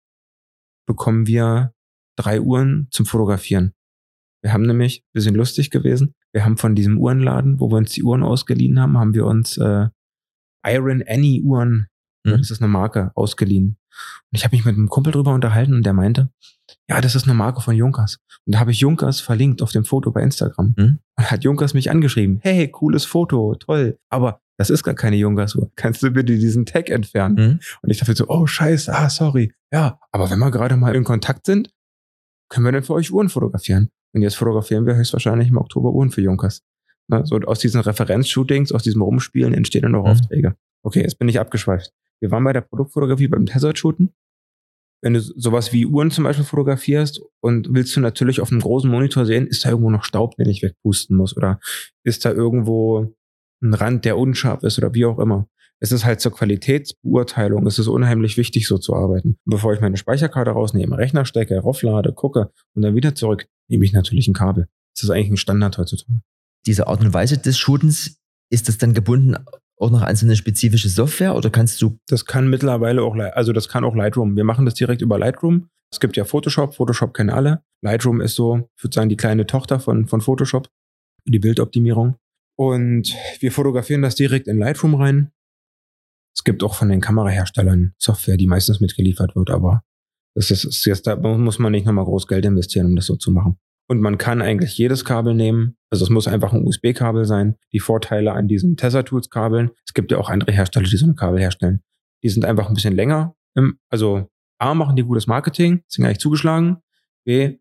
Bekommen wir drei Uhren zum Fotografieren. Wir haben nämlich, ein bisschen lustig gewesen, wir haben von diesem Uhrenladen, wo wir uns die Uhren ausgeliehen haben, haben wir uns äh, Iron Annie Uhren, mhm. das ist eine Marke, ausgeliehen. Und ich habe mich mit einem Kumpel drüber unterhalten und der meinte, ja, das ist eine Marke von Junkers. Und da habe ich Junkers verlinkt auf dem Foto bei Instagram. Mhm. Und hat Junkers mich angeschrieben, hey, cooles Foto, toll. Aber das ist gar keine Junkers-Uhr. Kannst du bitte diesen Tag entfernen? Mhm. Und ich dachte so, oh scheiße, ah, sorry. Ja, aber wenn wir gerade mal in Kontakt sind, können wir denn für euch Uhren fotografieren? Und jetzt fotografieren wir höchstwahrscheinlich im Oktober Uhren für Junkers. Na, so aus diesen Referenzshootings, aus diesem Rumspielen entstehen dann auch mhm. Aufträge. Okay, jetzt bin ich abgeschweift. Wir waren bei der Produktfotografie beim Tethered-Shooten. Wenn du sowas wie Uhren zum Beispiel fotografierst und willst du natürlich auf einem großen Monitor sehen, ist da irgendwo noch Staub, den ich wegpusten muss oder ist da irgendwo ein Rand, der unscharf ist oder wie auch immer. Es ist halt zur Qualitätsbeurteilung, es ist unheimlich wichtig, so zu arbeiten. Und bevor ich meine Speicherkarte rausnehme, Rechner stecke, rauflade, gucke und dann wieder zurück, nehme ich natürlich ein Kabel. Das ist eigentlich ein Standard heutzutage. Diese Art und Weise des Shootens, ist das dann gebunden auch noch an so eine spezifische Software oder kannst du? Das kann mittlerweile auch, also das kann auch Lightroom. Wir machen das direkt über Lightroom. Es gibt ja Photoshop, Photoshop kennen alle. Lightroom ist so, ich würde sagen, die kleine Tochter von, von Photoshop, die Bildoptimierung. Und wir fotografieren das direkt in Lightroom rein. Es gibt auch von den Kameraherstellern Software, die meistens mitgeliefert wird, aber das ist, ist jetzt, da muss man nicht nochmal groß Geld investieren, um das so zu machen. Und man kann eigentlich jedes Kabel nehmen. Also es muss einfach ein U S B-Kabel sein. Die Vorteile an diesen Tether-Tools-Kabeln, es gibt ja auch andere Hersteller, die so ein Kabel herstellen. Die sind einfach ein bisschen länger. Also A, machen die gutes Marketing, sind gar nicht zugeschlagen. B,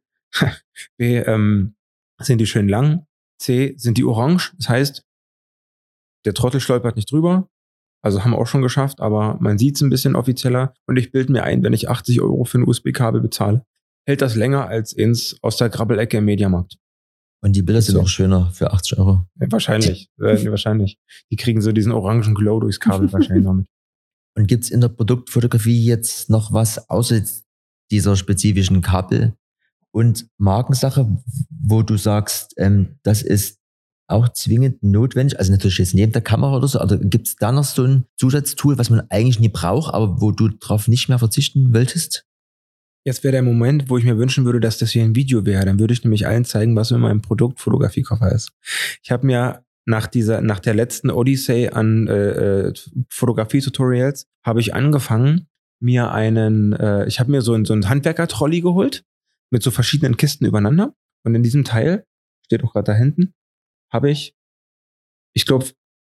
B ähm, sind die schön lang. C, sind die orange. Das heißt, der Trottel stolpert nicht drüber. Also haben wir auch schon geschafft, aber man sieht es ein bisschen offizieller. Und ich bilde mir ein, wenn ich achtzig Euro für ein U S B-Kabel bezahle, hält das länger als ins aus der Grabbelecke im Mediamarkt. Und die Bilder sind so. Auch schöner für achtzig Euro. Ja, wahrscheinlich, äh, wahrscheinlich. Die kriegen so diesen orangen Glow durchs Kabel wahrscheinlich noch mit. Und gibt es in der Produktfotografie jetzt noch was außer dieser spezifischen Kabel- und Markensache, wo du sagst, ähm, das ist auch zwingend notwendig, also natürlich jetzt neben der Kamera oder so, aber gibt es da noch so ein Zusatztool, was man eigentlich nie braucht, aber wo du drauf nicht mehr verzichten wolltest? Jetzt wäre der Moment, wo ich mir wünschen würde, dass das hier ein Video wäre. Dann würde ich nämlich allen zeigen, was in meinem Produktfotografiekoffer ist. Ich habe mir nach dieser, nach der letzten Odyssey an äh, Fotografie-Tutorials, habe ich angefangen, mir einen, äh, ich habe mir so, ein, so einen Handwerker-Trolley geholt, mit so verschiedenen Kisten übereinander. Und in diesem Teil, steht auch gerade da hinten, habe ich, ich glaube,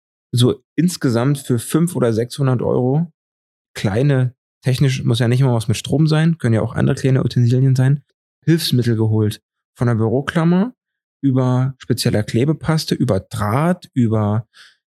so insgesamt für fünfhundert oder sechshundert Euro kleine, technisch muss ja nicht immer was mit Strom sein, können ja auch andere kleine Utensilien sein, Hilfsmittel geholt. Von der Büroklammer über spezieller Klebepaste, über Draht, über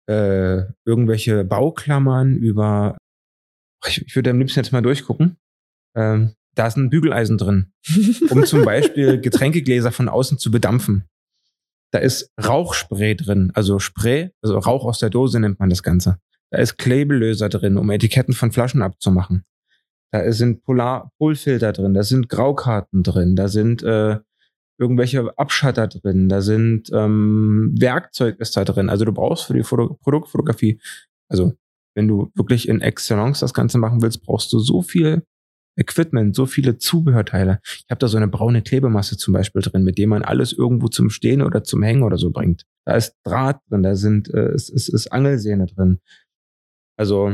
äh, irgendwelche Bauklammern, über, ich, ich würde am liebsten jetzt mal durchgucken, ähm, da ist ein Bügeleisen drin, um zum Beispiel Getränkegläser von außen zu bedampfen. Da ist Rauchspray drin, also Spray, also Rauch aus der Dose nennt man das Ganze. Da ist Klebelöser drin, um Etiketten von Flaschen abzumachen. Da sind Polar Polfilter drin, da sind Graukarten drin, da sind äh, irgendwelche Abschatter drin, da sind ähm, Werkzeug ist da drin. Also du brauchst für die Foto- Produktfotografie, also wenn du wirklich in Excellence das Ganze machen willst, brauchst du so viel Equipment, so viele Zubehörteile. Ich habe da so eine braune Klebemasse zum Beispiel drin, mit dem man alles irgendwo zum Stehen oder zum Hängen oder so bringt. Da ist Draht drin, da sind äh, es, es ist Angelsehne drin. Also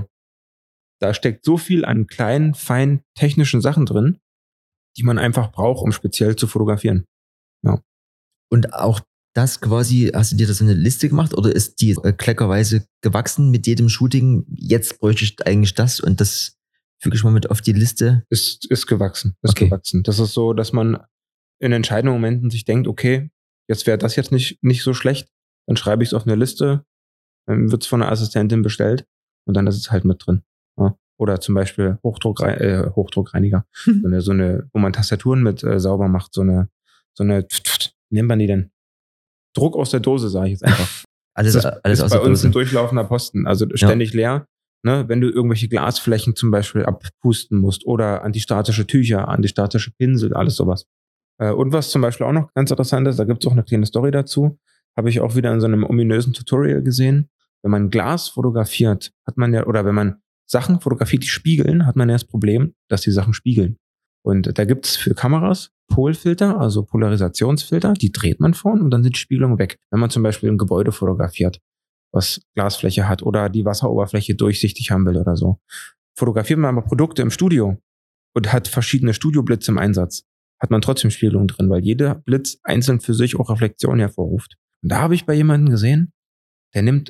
da steckt so viel an kleinen, feinen technischen Sachen drin, die man einfach braucht, um speziell zu fotografieren. Ja. Und auch das quasi, hast du dir das in eine Liste gemacht oder ist die äh, kleckerweise gewachsen mit jedem Shooting? Jetzt bräuchte ich eigentlich das und das füge ich mal mit auf die Liste. Ist, ist gewachsen. Ist okay. gewachsen. Das ist so, dass man in entscheidenden Momenten sich denkt, okay, jetzt wäre das jetzt nicht, nicht so schlecht, dann schreibe ich es auf eine Liste, dann wird es von einer Assistentin bestellt und dann ist es halt mit drin. Ja. Oder zum Beispiel Hochdruck, äh, Hochdruckreiniger. Hm. So eine, so eine, wo man Tastaturen mit äh, sauber macht, so eine, so eine, wie nennt man die denn? Druck aus der Dose, sage ich jetzt einfach. Alles, das ist, alles ist aus bei der uns Dose. ein durchlaufender Posten, also ständig leer. Ne, wenn du irgendwelche Glasflächen zum Beispiel abpusten musst oder antistatische Tücher, antistatische Pinsel, alles sowas. Äh, und was zum Beispiel auch noch ganz interessant ist, da gibt es auch eine kleine Story dazu, habe ich auch wieder in so einem ominösen Tutorial gesehen. Wenn man Glas fotografiert, hat man ja, oder wenn man Sachen fotografiert, die spiegeln, hat man ja das Problem, dass die Sachen spiegeln. Und da gibt es für Kameras Polfilter, also Polarisationsfilter, die dreht man vorn und dann sind die Spiegelungen weg. Wenn man zum Beispiel ein Gebäude fotografiert, was Glasfläche hat oder die Wasseroberfläche durchsichtig haben will oder so. Fotografiert man aber Produkte im Studio und hat verschiedene Studioblitze im Einsatz, hat man trotzdem Spiegelungen drin, weil jeder Blitz einzeln für sich auch Reflexion hervorruft. Und da habe ich bei jemandem gesehen, der nimmt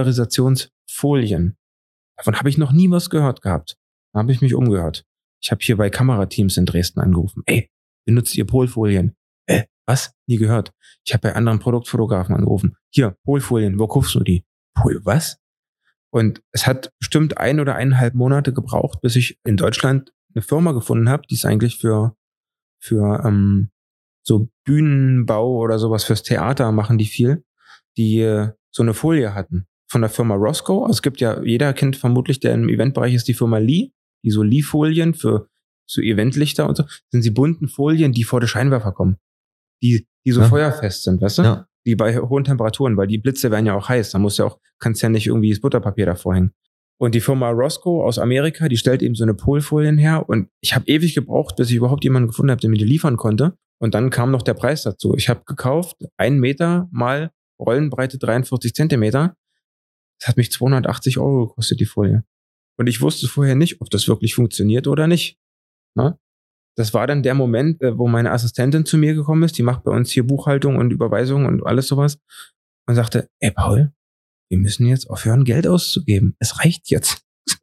Polarisationsfolien. Davon habe ich noch nie was gehört gehabt. Da habe ich mich umgehört. Ich habe hier bei Kamerateams in Dresden angerufen. Ey, benutzt ihr Polfolien? Äh, was? Nie gehört. Ich habe bei anderen Produktfotografen angerufen. Hier, Polfolien, wo kaufst du die? Pol, was? Und es hat bestimmt ein oder eineinhalb Monate gebraucht, bis ich in Deutschland eine Firma gefunden habe, die ist eigentlich für, für ähm, so Bühnenbau oder sowas fürs Theater machen die viel, die äh, so eine Folie hatten. Von der Firma Roscoe. Also es gibt ja, jeder kennt vermutlich, der im Eventbereich ist, die Firma Lee, die so Lee-Folien für so Eventlichter und so, sind die bunten Folien, die vor die Scheinwerfer kommen. Die, die so ja. feuerfest sind, weißt du? Ja. Die bei hohen Temperaturen, weil die Blitze werden ja auch heiß, da musst du ja auch, kannst ja nicht irgendwie das Butterpapier davor hängen. Und die Firma Roscoe aus Amerika, die stellt eben so eine Polfolien her und ich habe ewig gebraucht, bis ich überhaupt jemanden gefunden habe, der mir die liefern konnte. Und dann kam noch der Preis dazu. Ich habe gekauft, ein Meter mal Rollenbreite dreiundvierzig Zentimeter. Das hat mich zweihundertachtzig Euro gekostet, die Folie. Und ich wusste vorher nicht, ob das wirklich funktioniert oder nicht. Na? Das war dann der Moment, wo meine Assistentin zu mir gekommen ist, die macht bei uns hier Buchhaltung und Überweisung und alles sowas und sagte, ey Paul, wir müssen jetzt aufhören, Geld auszugeben. Es reicht jetzt.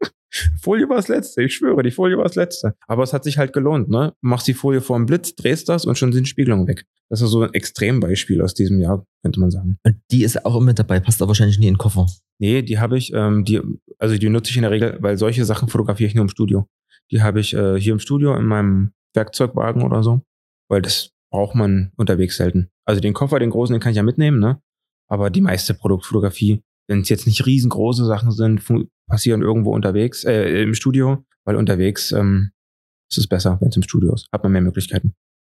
Folie war das Letzte, ich schwöre, die Folie war das Letzte. Aber es hat sich halt gelohnt, ne? Machst die Folie vor dem Blitz, drehst das und schon sind Spiegelungen weg. Das ist so ein Extrembeispiel aus diesem Jahr, könnte man sagen. Und die ist auch immer dabei, passt aber wahrscheinlich nie in den Koffer. Nee, die habe ich, ähm, die, also die nutze ich in der Regel, weil solche Sachen fotografiere ich nur im Studio. Die habe ich äh, hier im Studio in meinem Werkzeugwagen oder so, weil das braucht man unterwegs selten. Also den Koffer, den großen, den kann ich ja mitnehmen, ne? Aber die meiste Produktfotografie, wenn es jetzt nicht riesengroße Sachen sind, fu- passieren irgendwo unterwegs, äh, im Studio, weil unterwegs ähm, ist es besser, wenn es im Studio ist. Hat man mehr Möglichkeiten.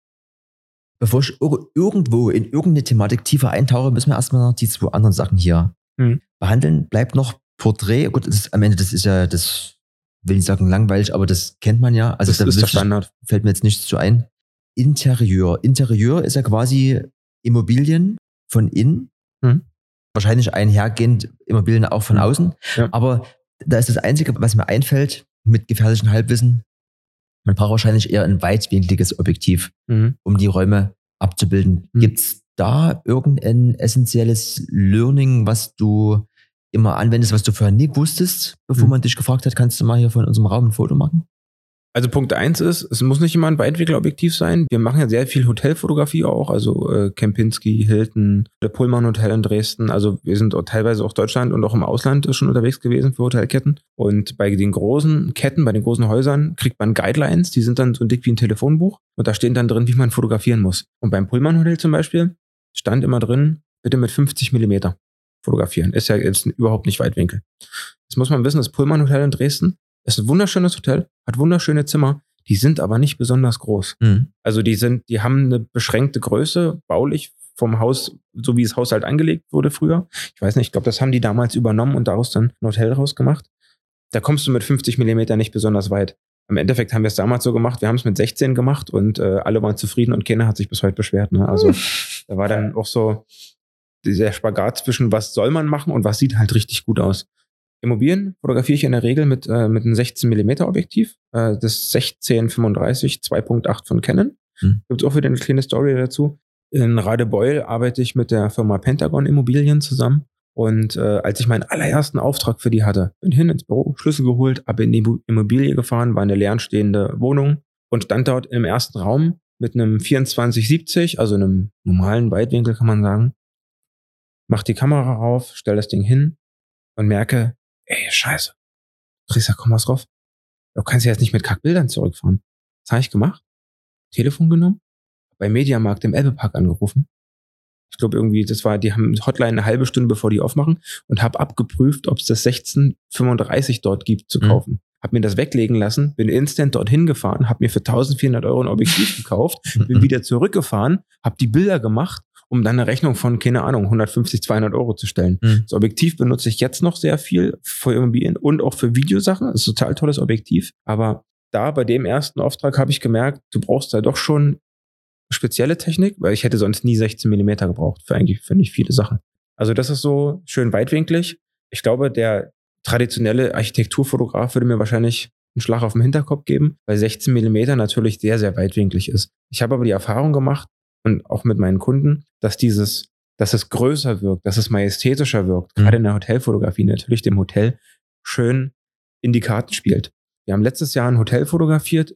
Bevor ich ir- irgendwo in irgendeine Thematik tiefer eintauche, müssen wir erstmal noch die zwei anderen Sachen hier Mhm. behandeln. Bleibt noch Porträt. Gut, das ist, am Ende, das ist ja, das will ich sagen langweilig, aber das kennt man ja. Also Das da ist der wirklich- Standard. fällt mir jetzt nichts zu ein. Interieur. Interieur ist ja quasi Immobilien von innen. Mhm. Wahrscheinlich einhergehend Immobilien auch von Mhm. außen. Ja. Aber da ist das Einzige, was mir einfällt, mit gefährlichem Halbwissen, man braucht wahrscheinlich eher ein weitwinkliges Objektiv, Mhm. um die Räume abzubilden. Mhm. Gibt es da irgendein essentielles Learning, was du immer anwendest, was du vorher nie wusstest, bevor Mhm. man dich gefragt hat, kannst du mal hier von unserem Raum ein Foto machen? Also Punkt eins ist, es muss nicht immer ein Weitwinkelobjektiv sein. Wir machen ja sehr viel Hotelfotografie auch, also äh, Kempinski, Hilton, der Pullman Hotel in Dresden. Also wir sind auch teilweise auch Deutschland und auch im Ausland schon unterwegs gewesen für Hotelketten. Und bei den großen Ketten, bei den großen Häusern kriegt man Guidelines, die sind dann so dick wie ein Telefonbuch. Und da stehen dann drin, wie man fotografieren muss. Und beim Pullman Hotel zum Beispiel stand immer drin, bitte mit fünfzig Millimeter fotografieren. Ist ja jetzt überhaupt nicht Weitwinkel. Jetzt muss man wissen, das Pullman Hotel in Dresden ist ein wunderschönes Hotel, hat wunderschöne Zimmer, die sind aber nicht besonders groß. Mhm. Also die sind, die haben eine beschränkte Größe, baulich vom Haus, so wie das Haus halt angelegt wurde früher. Ich weiß nicht, ich glaube, das haben die damals übernommen und daraus dann ein Hotel rausgemacht. Da kommst du mit fünfzig Millimeter nicht besonders weit. Im Endeffekt haben wir es damals so gemacht, wir haben es mit sechzehn gemacht und äh, alle waren zufrieden und keiner hat sich bis heute beschwert. Ne? Also da war dann auch so dieser Spagat zwischen, was soll man machen und was sieht halt richtig gut aus. Immobilien fotografiere ich in der Regel mit, äh, mit einem sechzehn Millimeter Objektiv, äh, das sechzehn fünfunddreißig zwei Punkt acht von Canon. Hm. Gibt es auch wieder eine kleine Story dazu. In Radebeul arbeite ich mit der Firma Pentagon Immobilien zusammen. Und äh, als ich meinen allerersten Auftrag für die hatte, bin hin ins Büro, Schlüssel geholt, ab in die Immobilie gefahren, war eine leerstehende Wohnung und stand dort im ersten Raum mit einem vierundzwanzig siebzig, also einem normalen Weitwinkel kann man sagen. Mach die Kamera auf, stell das Ding hin und merke, ey, scheiße, Chris, komm was drauf. Du kannst ja jetzt nicht mit Kackbildern zurückfahren. Was habe ich gemacht? Telefon genommen, bei Mediamarkt im Elbepark angerufen. Ich glaube irgendwie, das war, die haben Hotline eine halbe Stunde bevor die aufmachen und habe abgeprüft, ob es das sechzehn fünfunddreißig dort gibt zu kaufen. Mhm. Hab mir das weglegen lassen, bin instant dorthin gefahren, habe mir für eintausendvierhundert Euro ein Objektiv gekauft, bin wieder zurückgefahren, habe die Bilder gemacht, um dann eine Rechnung von, keine Ahnung, hundertfünfzig, zweihundert Euro zu stellen. Mhm. Das Objektiv benutze ich jetzt noch sehr viel für Immobilien und auch für Videosachen. Das ist ein total tolles Objektiv. Aber da bei dem ersten Auftrag habe ich gemerkt, du brauchst da doch schon spezielle Technik, weil ich hätte sonst nie sechzehn Millimeter gebraucht für eigentlich, für nicht viele Sachen. Also das ist so schön weitwinklig. Ich glaube, der traditionelle Architekturfotograf würde mir wahrscheinlich einen Schlag auf den Hinterkopf geben, weil sechzehn Millimeter natürlich sehr, sehr weitwinklig ist. Ich habe aber die Erfahrung gemacht und auch mit meinen Kunden, dass dieses, dass es größer wirkt, dass es majestätischer wirkt, mhm. gerade in der Hotelfotografie natürlich dem Hotel schön in die Karten spielt. Wir haben letztes Jahr ein Hotel fotografiert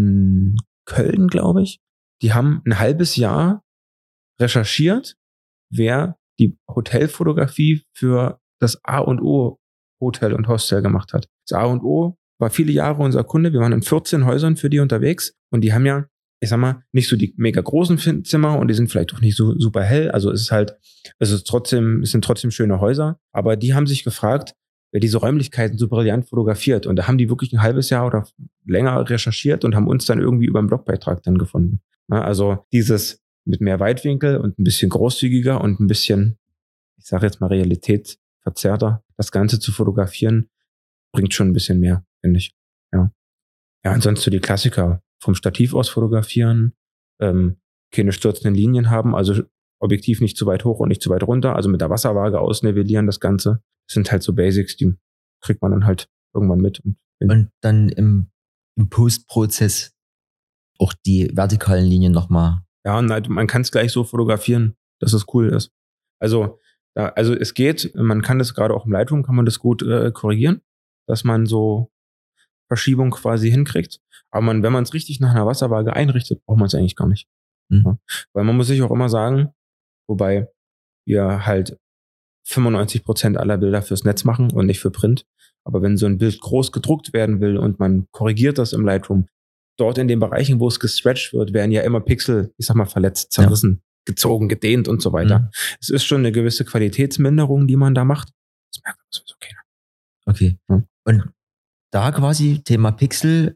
in Köln, glaube ich. Die haben ein halbes Jahr recherchiert, wer die Hotelfotografie für das A und O Hotel und Hostel gemacht hat. Das A und O war viele Jahre unser Kunde. Wir waren in vierzehn Häusern für die unterwegs und die haben ja, ich sag mal, nicht so die mega großen Zimmer und die sind vielleicht auch nicht so super hell. Also es ist halt, es ist trotzdem, es sind trotzdem schöne Häuser. Aber die haben sich gefragt, wer diese Räumlichkeiten so brillant fotografiert. Und da haben die wirklich ein halbes Jahr oder länger recherchiert und haben uns dann irgendwie über einen Blogbeitrag dann gefunden. Also dieses mit mehr Weitwinkel und ein bisschen großzügiger und ein bisschen, ich sage jetzt mal realitätsverzerrter, das Ganze zu fotografieren, bringt schon ein bisschen mehr, finde ich. Ja, ja, ansonsten die Klassiker vom Stativ aus fotografieren, ähm, keine stürzenden Linien haben, also Objektiv nicht zu weit hoch und nicht zu weit runter, also mit der Wasserwaage ausnivellieren das Ganze. Das sind halt so Basics, die kriegt man dann halt irgendwann mit. Und, und dann im, im Postprozess auch die vertikalen Linien nochmal. Ja, nein, man kann es gleich so fotografieren, dass es cool ist. Also, ja, also es geht, man kann das gerade auch im Lightroom, kann man das gut äh, korrigieren, dass man so Verschiebung quasi hinkriegt. Aber man, wenn man es richtig nach einer Wasserwaage einrichtet, braucht man es eigentlich gar nicht. Mhm. Ja? Weil man muss sich auch immer sagen, wobei wir halt fünfundneunzig Prozent aller Bilder fürs Netz machen und nicht für Print. Aber wenn so ein Bild groß gedruckt werden will und man korrigiert das im Lightroom, dort in den Bereichen, wo es gestretched wird, werden ja immer Pixel, ich sag mal, verletzt, zerrissen, ja. gezogen, gedehnt und so weiter. Mhm. Es ist schon eine gewisse Qualitätsminderung, die man da macht. Das merkt man, das ist okay. Okay. Ja. Und da quasi Thema Pixel,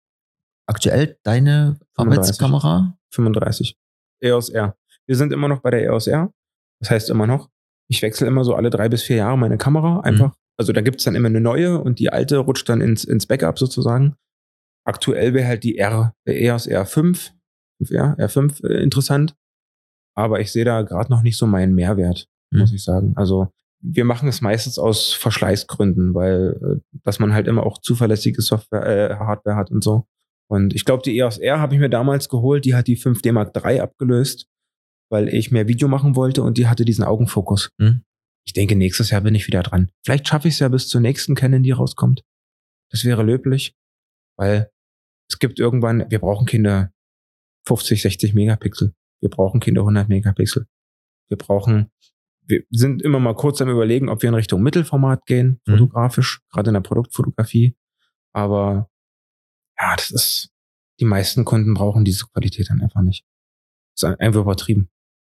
aktuell deine Arbeitskamera? fünfunddreißig. E O S R. Wir sind immer noch bei der E O S R. Das heißt immer noch, ich wechsle immer so alle drei bis vier Jahre meine Kamera einfach. Mhm. Also da gibt es dann immer eine neue und die alte rutscht dann ins, ins Backup sozusagen. Aktuell wäre halt die R, der E O S R fünf, ja, R fünf äh, interessant. Aber ich sehe da gerade noch nicht so meinen Mehrwert, mhm. muss ich sagen. Also wir machen es meistens aus Verschleißgründen, weil äh, dass man halt immer auch zuverlässige Software, äh, Hardware hat und so. Und ich glaube, die E O S R habe ich mir damals geholt, die hat die fünf D Mark drei abgelöst, weil ich mehr Video machen wollte und die hatte diesen Augenfokus. Mhm. Ich denke, nächstes Jahr bin ich wieder dran. Vielleicht schaffe ich es ja bis zur nächsten Canon, die rauskommt. Das wäre löblich, weil es gibt irgendwann, wir brauchen keine fünfzig, sechzig Megapixel. Wir brauchen keine hundert Megapixel. Wir brauchen, wir sind immer mal kurz am Überlegen, ob wir in Richtung Mittelformat gehen, mhm. fotografisch, gerade in der Produktfotografie. Aber ja, das ist, die meisten Kunden brauchen diese Qualität dann einfach nicht. Das ist einfach übertrieben.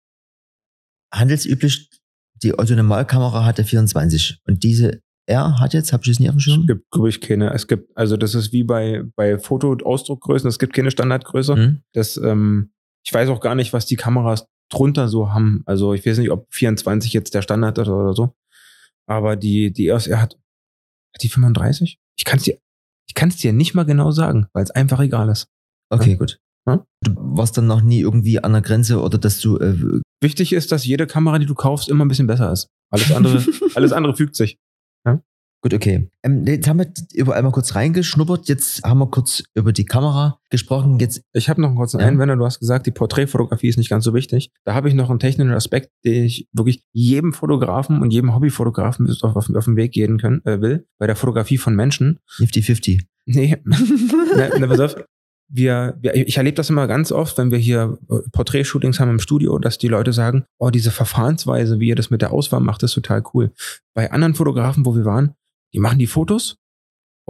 Handelsüblich, die Otto Normalkamera hatte vierundzwanzig und diese R hat jetzt, habe ich das nie auf dem Schirm? Es gibt, glaube ich, keine. Es gibt, also das ist wie bei, bei Foto-Ausdruckgrößen, es gibt keine Standardgröße. Mhm. Das, ähm, ich weiß auch gar nicht, was die Kameras drunter so haben. Also ich weiß nicht, ob vierundzwanzig jetzt der Standard ist oder so. Aber die, die E O S R hat, hat die fünfunddreißig? Ich kann es dir, ich kann es dir nicht mal genau sagen, weil es einfach egal ist. Okay, ja? Gut. Ja? Du warst dann noch nie irgendwie an der Grenze oder dass du... Äh, Wichtig ist, dass jede Kamera, die du kaufst, immer ein bisschen besser ist. Alles andere, alles andere fügt sich. Ja? Gut, okay. Ähm, jetzt haben wir überall mal kurz reingeschnuppert. Jetzt haben wir kurz über die Kamera gesprochen. Jetzt, ich habe noch einen kurzen ja. Einwender. Du hast gesagt, die Porträtfotografie ist nicht ganz so wichtig. Da habe ich noch einen technischen Aspekt, den ich wirklich jedem Fotografen und jedem Hobbyfotografen auf, auf, auf den Weg gehen können, äh, will. Bei der Fotografie von Menschen. fünfzig fünfzig. Nee. ne, ne, pass auf. Wir, wir, ich erlebe das immer ganz oft, wenn wir hier Porträtshootings haben im Studio, dass die Leute sagen, oh, diese Verfahrensweise, wie ihr das mit der Auswahl macht, ist total cool. Bei anderen Fotografen, wo wir waren, die machen die Fotos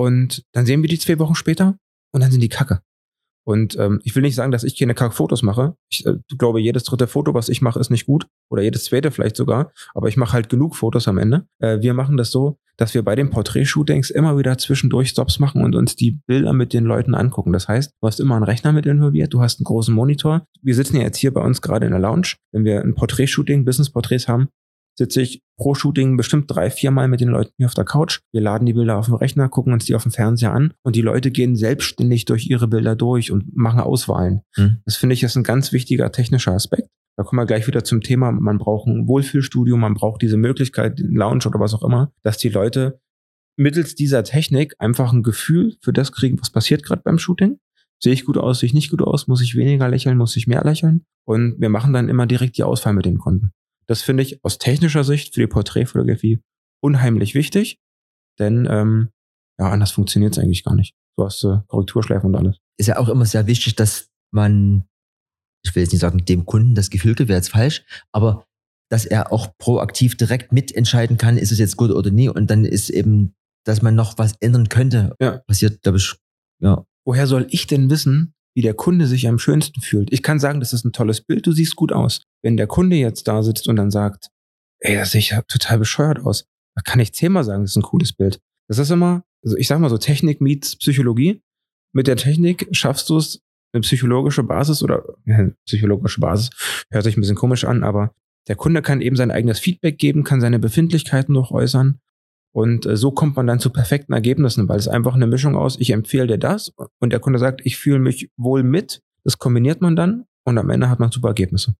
und dann sehen wir die zwei Wochen später und dann sind die kacke. Und ähm, ich will nicht sagen, dass ich keine Kack-Fotos mache. Ich äh, glaube, jedes dritte Foto, was ich mache, ist nicht gut. Oder jedes zweite vielleicht sogar. Aber ich mache halt genug Fotos am Ende. Äh, wir machen das so, dass wir bei den Porträt-Shootings immer wieder zwischendurch Stops machen und uns die Bilder mit den Leuten angucken. Das heißt, du hast immer einen Rechner mit involviert, du hast einen großen Monitor. Wir sitzen ja jetzt hier bei uns gerade in der Lounge. Wenn wir ein Porträt-Shooting, Business-Porträts haben, sitze ich pro Shooting bestimmt drei, viermal mit den Leuten hier auf der Couch. Wir laden die Bilder auf dem Rechner, gucken uns die auf dem Fernseher an und die Leute gehen selbstständig durch ihre Bilder durch und machen Auswahlen. Mhm. Das finde ich ist ein ganz wichtiger technischer Aspekt. Da kommen wir gleich wieder zum Thema, man braucht ein Wohlfühlstudio, man braucht diese Möglichkeit, einen Lounge oder was auch immer, dass die Leute mittels dieser Technik einfach ein Gefühl für das kriegen, was passiert gerade beim Shooting. Sehe ich gut aus, sehe ich nicht gut aus, muss ich weniger lächeln, muss ich mehr lächeln? Und wir machen dann immer direkt die Auswahl mit den Kunden. Das finde ich aus technischer Sicht für die Porträtfotografie unheimlich wichtig, denn ähm, ja, anders funktioniert es eigentlich gar nicht. Du hast äh, Korrekturschleifen und alles. Ist ja auch immer sehr wichtig, dass man, ich will jetzt nicht sagen, dem Kunden das Gefühl gibt, wäre jetzt falsch, aber dass er auch proaktiv direkt mitentscheiden kann, ist es jetzt gut oder nie, und dann ist eben, dass man noch was ändern könnte, ja. passiert, glaube ich, ja. Woher soll ich denn wissen, wie der Kunde sich am schönsten fühlt? Ich kann sagen, das ist ein tolles Bild, du siehst gut aus. Wenn der Kunde jetzt da sitzt und dann sagt, ey, das sehe ich total bescheuert aus, da kann ich zehnmal sagen, das ist ein cooles Bild. Das ist immer, also ich sag mal so, Technik meets Psychologie. Mit der Technik schaffst du es, eine psychologische Basis oder ja, psychologische Basis, hört sich ein bisschen komisch an, aber der Kunde kann eben sein eigenes Feedback geben, kann seine Befindlichkeiten noch äußern. Und äh, so kommt man dann zu perfekten Ergebnissen, weil es einfach eine Mischung aus, ich empfehle dir das und der Kunde sagt, ich fühle mich wohl mit. Das kombiniert man dann und am Ende hat man super Ergebnisse.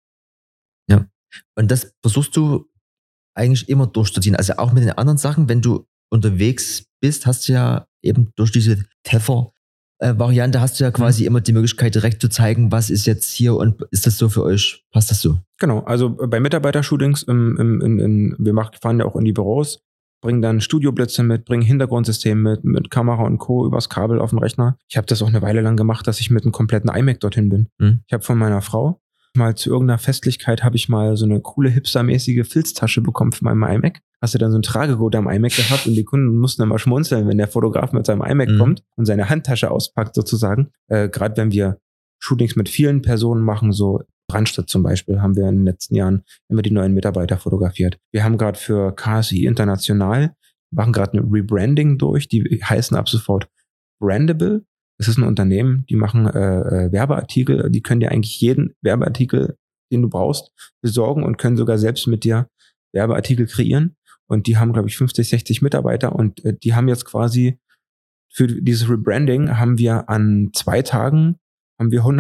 Ja, und das versuchst du eigentlich immer durchzuziehen. Also auch mit den anderen Sachen, wenn du unterwegs bist, hast du ja eben durch diese Tether-Variante hast du ja quasi mhm. immer die Möglichkeit, direkt zu zeigen, was ist jetzt hier und ist das so für euch, passt das so? Genau, also bei Mitarbeitershootings, im, im, in, in, wir machen, fahren ja auch in die Büros, bringen dann Studioblitze mit, bringen Hintergrundsystem mit, mit Kamera und Co. übers Kabel auf dem Rechner. Ich habe das auch eine Weile lang gemacht, dass ich mit einem kompletten iMac dorthin bin. Mhm. Ich habe von meiner Frau mal zu irgendeiner Festlichkeit habe ich mal so eine coole, hipstermäßige Filztasche bekommen für meinen iMac. Hast du dann so ein Tragegurt am iMac gehabt und die Kunden mussten immer schmunzeln, wenn der Fotograf mit seinem iMac mhm. kommt und seine Handtasche auspackt sozusagen. Äh, Gerade wenn wir Shootings mit vielen Personen machen, so Brandstadt zum Beispiel, haben wir in den letzten Jahren immer die neuen Mitarbeiter fotografiert. Wir haben gerade für K S I International, machen gerade ein Rebranding durch, die heißen ab sofort Brandable. Das ist ein Unternehmen, die machen äh, Werbeartikel, die können dir eigentlich jeden Werbeartikel, den du brauchst, besorgen und können sogar selbst mit dir Werbeartikel kreieren. Und die haben, glaube ich, fünfzig, sechzig Mitarbeiter und äh, die haben jetzt quasi für dieses Rebranding haben wir an zwei Tagen haben wir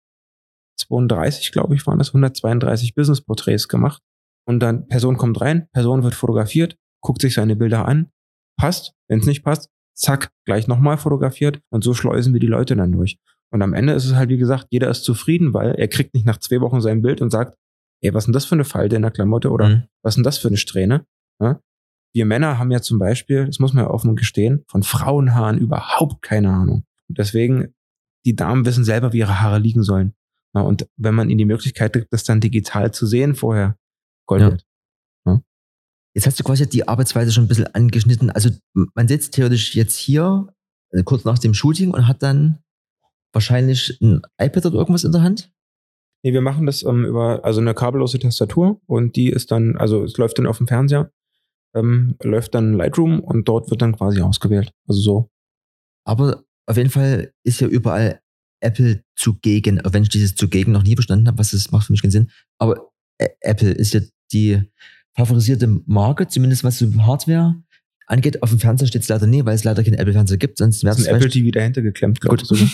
hundertzweiunddreißig, glaube ich, waren das hundertzweiunddreißig Business-Porträts gemacht. Und dann Person kommt rein, Person wird fotografiert, guckt sich seine Bilder an, passt, wenn es nicht passt, zack, gleich nochmal fotografiert und so schleusen wir die Leute dann durch. Und am Ende ist es halt, wie gesagt, jeder ist zufrieden, weil er kriegt nicht nach zwei Wochen sein Bild und sagt, ey, was ist denn das für eine Falte in der Klamotte oder mhm. was ist denn das für eine Strähne? Ja? Wir Männer haben ja zum Beispiel, das muss man ja offen gestehen, von Frauenhaaren überhaupt keine Ahnung. Und deswegen, die Damen wissen selber, wie ihre Haare liegen sollen. Ja, und wenn man ihnen die Möglichkeit gibt, das dann digital zu sehen vorher, Gold ja. wert. Ja. Jetzt hast du quasi die Arbeitsweise schon ein bisschen angeschnitten. Also man sitzt theoretisch jetzt hier, äh, kurz nach dem Shooting und hat dann wahrscheinlich ein iPad oder irgendwas in der Hand? Nee, wir machen das ähm, über also eine kabellose Tastatur und die ist dann, also es läuft dann auf dem Fernseher, ähm, läuft dann Lightroom und dort wird dann quasi ausgewählt. Also so. Aber auf jeden Fall ist ja überall Apple zugegen, auch wenn ich dieses zugegen noch nie verstanden habe, was das macht für mich keinen Sinn. Aber Ä- Apple ist ja die favorisierte Marke, zumindest was so Hardware angeht. Auf dem Fernseher steht es leider nie, weil es leider keinen Apple-Fernseher gibt. Sonst wäre es ein Apple T V dahinter geklemmt, glaube ich.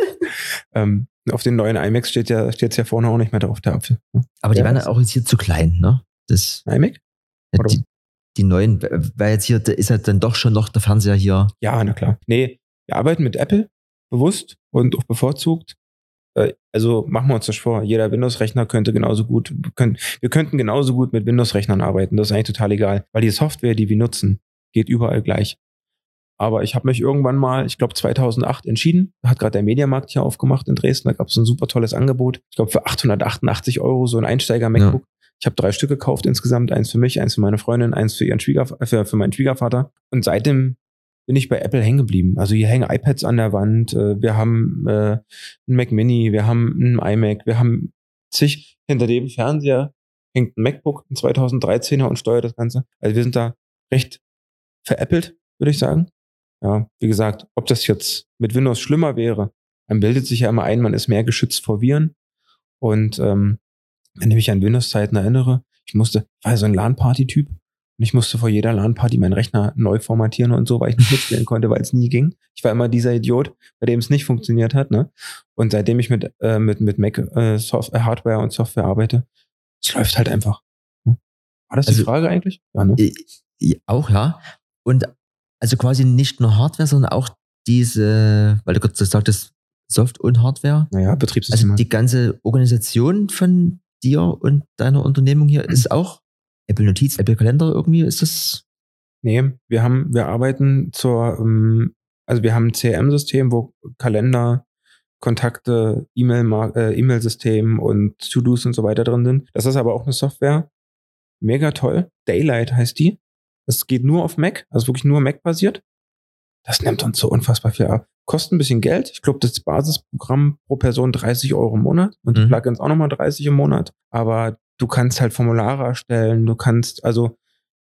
ähm, auf den neuen iMacs steht ja steht es ja vorne auch nicht mehr drauf, der Apfel. Aber die ja, waren ja auch jetzt hier zu klein, ne? Das iMac? Ja, die, die neuen, weil jetzt hier, da ist ja dann doch schon noch der Fernseher hier. Ja, na klar. Nee, wir arbeiten mit Apple bewusst und auch bevorzugt. Also machen wir uns das vor, jeder Windows-Rechner könnte genauso gut, können, wir könnten genauso gut mit Windows-Rechnern arbeiten, das ist eigentlich total egal, weil die Software, die wir nutzen, geht überall gleich. Aber ich habe mich irgendwann mal, ich glaube zweitausendacht entschieden, hat gerade der Mediamarkt hier aufgemacht in Dresden, da gab es ein super tolles Angebot, ich glaube für achthundertachtundachtzig Euro so ein Einsteiger-MacBook. Ja. Ich habe drei Stück gekauft insgesamt, eins für mich, eins für meine Freundin, eins für ihren Schwiegerv- für, für meinen Schwiegervater. Und seitdem bin ich bei Apple hängen geblieben. Also hier hängen iPads an der Wand, äh, wir haben äh, einen Mac Mini, wir haben einen iMac, wir haben zig, hinter dem Fernseher hängt ein MacBook, ein zweitausenddreizehner und steuert das Ganze. Also wir sind da recht veräppelt, würde ich sagen. Ja, wie gesagt, ob das jetzt mit Windows schlimmer wäre, dann bildet sich ja immer ein, man ist mehr geschützt vor Viren. Und ähm, wenn ich mich an Windows-Zeiten erinnere, ich musste, ich war ja so ein LAN-Party-Typ und ich musste vor jeder LAN-Party meinen Rechner neu formatieren und so, weil ich nicht mitspielen konnte, weil es nie ging. Ich war immer dieser Idiot, bei dem es nicht funktioniert hat. Ne? Und seitdem ich mit, äh, mit, mit Mac äh, Software, Hardware und Software arbeite, es läuft halt einfach. Hm? War das Also, die Frage eigentlich? Ja, ne? Äh, Auch, ja. Und also quasi nicht nur Hardware, sondern auch diese, weil du gerade sagtest, Soft- und Hardware. Naja, Betriebssystem. Also die ganze Organisation von dir und deiner Unternehmung hier mhm. ist auch Apple Notiz, Apple Kalender irgendwie, ist das? Nee, wir haben, wir arbeiten zur, also wir haben ein C R M-System, wo Kalender, Kontakte, E-Mail, äh, E-Mail-System und To-Dos und so weiter drin sind. Das ist aber auch eine Software. Mega toll. Daylight heißt die. Das geht nur auf Mac, also wirklich nur Mac-basiert. Das nimmt uns so unfassbar viel ab. Kostet ein bisschen Geld. Ich glaube, das Basisprogramm pro Person dreißig Euro im Monat und die mhm. Plugins auch nochmal dreißig im Monat. Aber du kannst halt Formulare erstellen, du kannst, also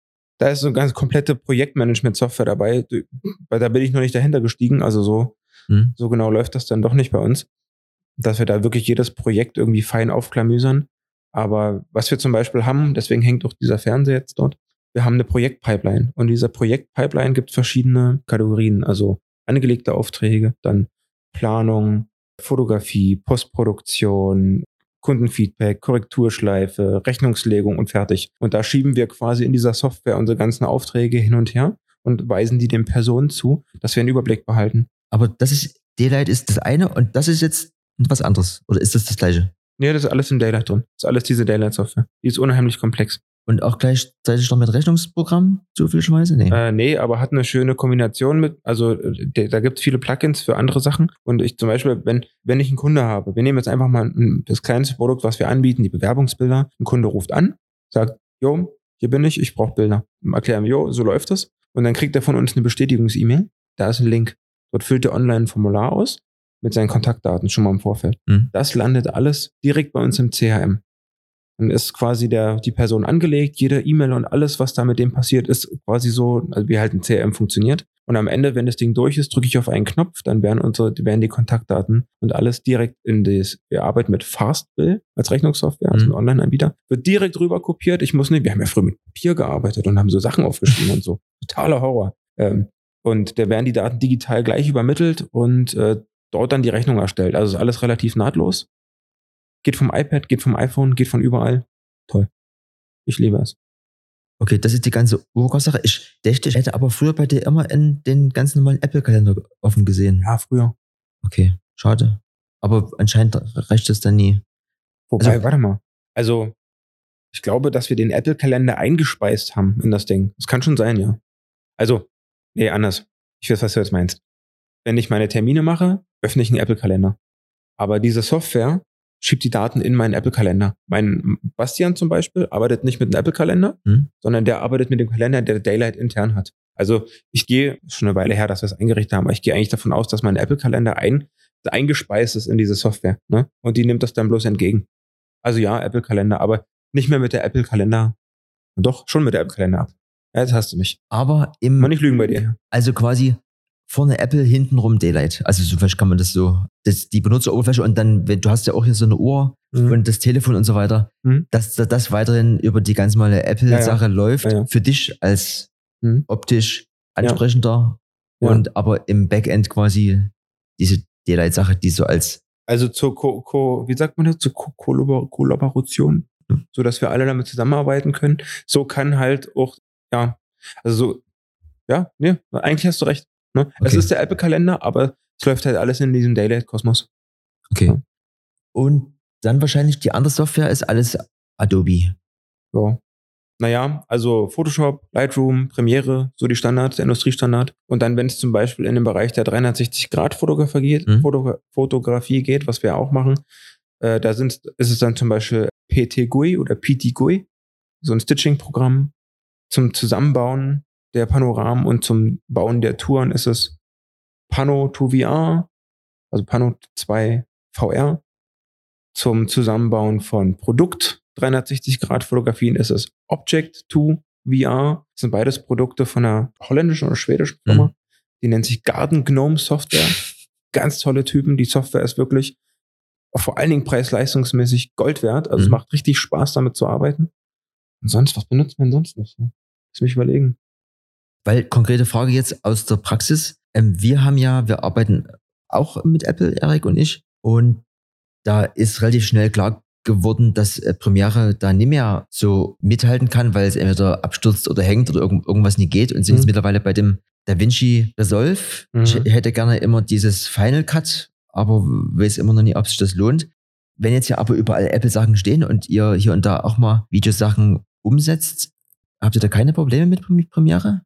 da ist so eine ganz komplette Projektmanagement-Software dabei, weil da bin ich noch nicht dahinter gestiegen, also so, mhm. so genau läuft das dann doch nicht bei uns, dass wir da wirklich jedes Projekt irgendwie fein aufklamüsern. Aber was wir zum Beispiel haben, deswegen hängt auch dieser Fernseher jetzt dort, wir haben eine Projektpipeline und diese Projektpipeline gibt verschiedene Kategorien, also angelegte Aufträge, dann Planung, Fotografie, Postproduktion, Kundenfeedback, Korrekturschleife, Rechnungslegung und fertig. Und da schieben wir quasi in dieser Software unsere ganzen Aufträge hin und her und weisen die den Personen zu, dass wir einen Überblick behalten. Aber das ist, Daylight ist das eine und das ist jetzt was anderes. Oder ist das das gleiche? Nee, das ist alles in Daylight drin. Das ist alles diese Daylight-Software. Die ist unheimlich komplex. Und auch gleichzeitig noch mit Rechnungsprogramm, zufälligerweise? Nee. Äh, nee, aber hat eine schöne Kombination mit, also de, da gibt es viele Plugins für andere Sachen. Und ich zum Beispiel, wenn, wenn ich einen Kunde habe, wir nehmen jetzt einfach mal ein, das kleinste Produkt, was wir anbieten, die Bewerbungsbilder. Ein Kunde ruft an, sagt, jo, hier bin ich, ich brauche Bilder. Erklären wir, jo, so läuft das. Und dann kriegt er von uns eine Bestätigungs-E-Mail. Da ist ein Link. Dort füllt er online ein Formular aus mit seinen Kontaktdaten schon mal im Vorfeld. Mhm. Das landet alles direkt bei uns im C R M. Dann ist quasi der, die Person angelegt, jede E-Mail und alles, was da mit dem passiert, ist quasi so, also wie halt ein C R M funktioniert. Und am Ende, wenn das Ding durch ist, drücke ich auf einen Knopf, dann werden unsere, werden die Kontaktdaten und alles direkt in das, wir arbeiten mit Fastbill als Rechnungssoftware, also ein Online-Anbieter, wird direkt rüber kopiert. Ich muss nicht, wir haben ja früher mit Papier gearbeitet und haben so Sachen aufgeschrieben und so. Totaler Horror. Ähm, und da werden die Daten digital gleich übermittelt und äh, dort dann die Rechnung erstellt. Also ist alles relativ nahtlos. Geht vom iPad, geht vom iPhone, geht von überall. Toll. Ich liebe es. Okay, das ist die ganze Ursache. Ich dachte, ich hätte aber früher bei dir immer in den ganz normalen Apple-Kalender offen gesehen. Ja, früher. Okay, schade. Aber anscheinend reicht das dann nie. Wobei, also, warte mal. Also, ich glaube, dass wir den Apple-Kalender eingespeist haben in das Ding. Das kann schon sein, ja. Also, nee, anders. Ich weiß, was du jetzt meinst. Wenn ich meine Termine mache, öffne ich einen Apple-Kalender. Aber diese Software schiebt die Daten in meinen Apple-Kalender. Mein Bastian zum Beispiel arbeitet nicht mit einem Apple-Kalender, hm. sondern der arbeitet mit dem Kalender, der Daylight intern hat. Also ich gehe, ist schon eine Weile her, dass wir es eingerichtet haben, aber ich gehe eigentlich davon aus, dass mein Apple-Kalender ein, eingespeist ist in diese Software. Ne? Und die nimmt das dann bloß entgegen. Also ja, Apple-Kalender, aber nicht mehr mit der Apple-Kalender. Doch, schon mit der Apple-Kalender-App. Ja, jetzt hast du mich. Aber im... Mal nicht lügen bei dir. Also quasi... vorne Apple, hintenrum Daylight. Also so vielleicht kann man das so, das, die Benutzeroberfläche und dann, wenn, du hast ja auch hier so eine Uhr mhm. und das Telefon und so weiter, mhm. dass das weiterhin über die ganz normale Apple-Sache ja, ja. läuft, ja, ja. für dich als mhm. optisch ansprechender ja. und ja. aber im Backend quasi diese Daylight-Sache, die so als... Also zur, Ko- Ko- wie sagt man das, zur Ko- Kollabor- Kollaboration, mhm. so dass wir alle damit zusammenarbeiten können. So kann halt auch, ja, also so, ja, nee, eigentlich hast du recht. Ne? Okay. Es ist der Apple-Kalender, aber es läuft halt alles in diesem Daylight-Kosmos. Okay. Ja. Und dann wahrscheinlich die andere Software ist alles Adobe. So. Naja, also Photoshop, Lightroom, Premiere, so die Standards, der Industriestandard. Und dann, wenn es zum Beispiel in den Bereich der dreihundertsechzig Grad Fotografie geht, mhm. Foto- Fotografie geht, was wir auch machen, äh, da sind, ist es dann zum Beispiel P T G U I oder P T G U I, so ein Stitching-Programm zum Zusammenbauen der Panoramen und zum Bauen der Touren ist es Pano zwei V R, also Pano zwei V R. Zum Zusammenbauen von Produkt dreihundertsechzig Grad Fotografien ist es Object zwei V R. Das sind beides Produkte von einer holländischen oder schwedischen Firma. Mhm. Die nennt sich Garden Gnome Software. Ganz tolle Typen. Die Software ist wirklich vor allen Dingen preis-leistungsmäßig Gold wert. Also mhm. es macht richtig Spaß, damit zu arbeiten. Und sonst, was benutzt man sonst noch so? Lass mich überlegen. Weil, konkrete Frage jetzt aus der Praxis. Ähm, wir haben ja, wir arbeiten auch mit Apple, Erik und ich. Und da ist relativ schnell klar geworden, dass äh, Premiere da nicht mehr so mithalten kann, weil es entweder abstürzt oder hängt oder irgend, irgendwas nie geht. Und sind mhm. jetzt mittlerweile bei dem DaVinci Resolve. Mhm. Ich hätte gerne immer dieses Final Cut, aber weiß immer noch nicht, ob sich das lohnt. Wenn jetzt ja aber überall Apple-Sachen stehen und ihr hier und da auch mal Videosachen umsetzt, habt ihr da keine Probleme mit Premiere?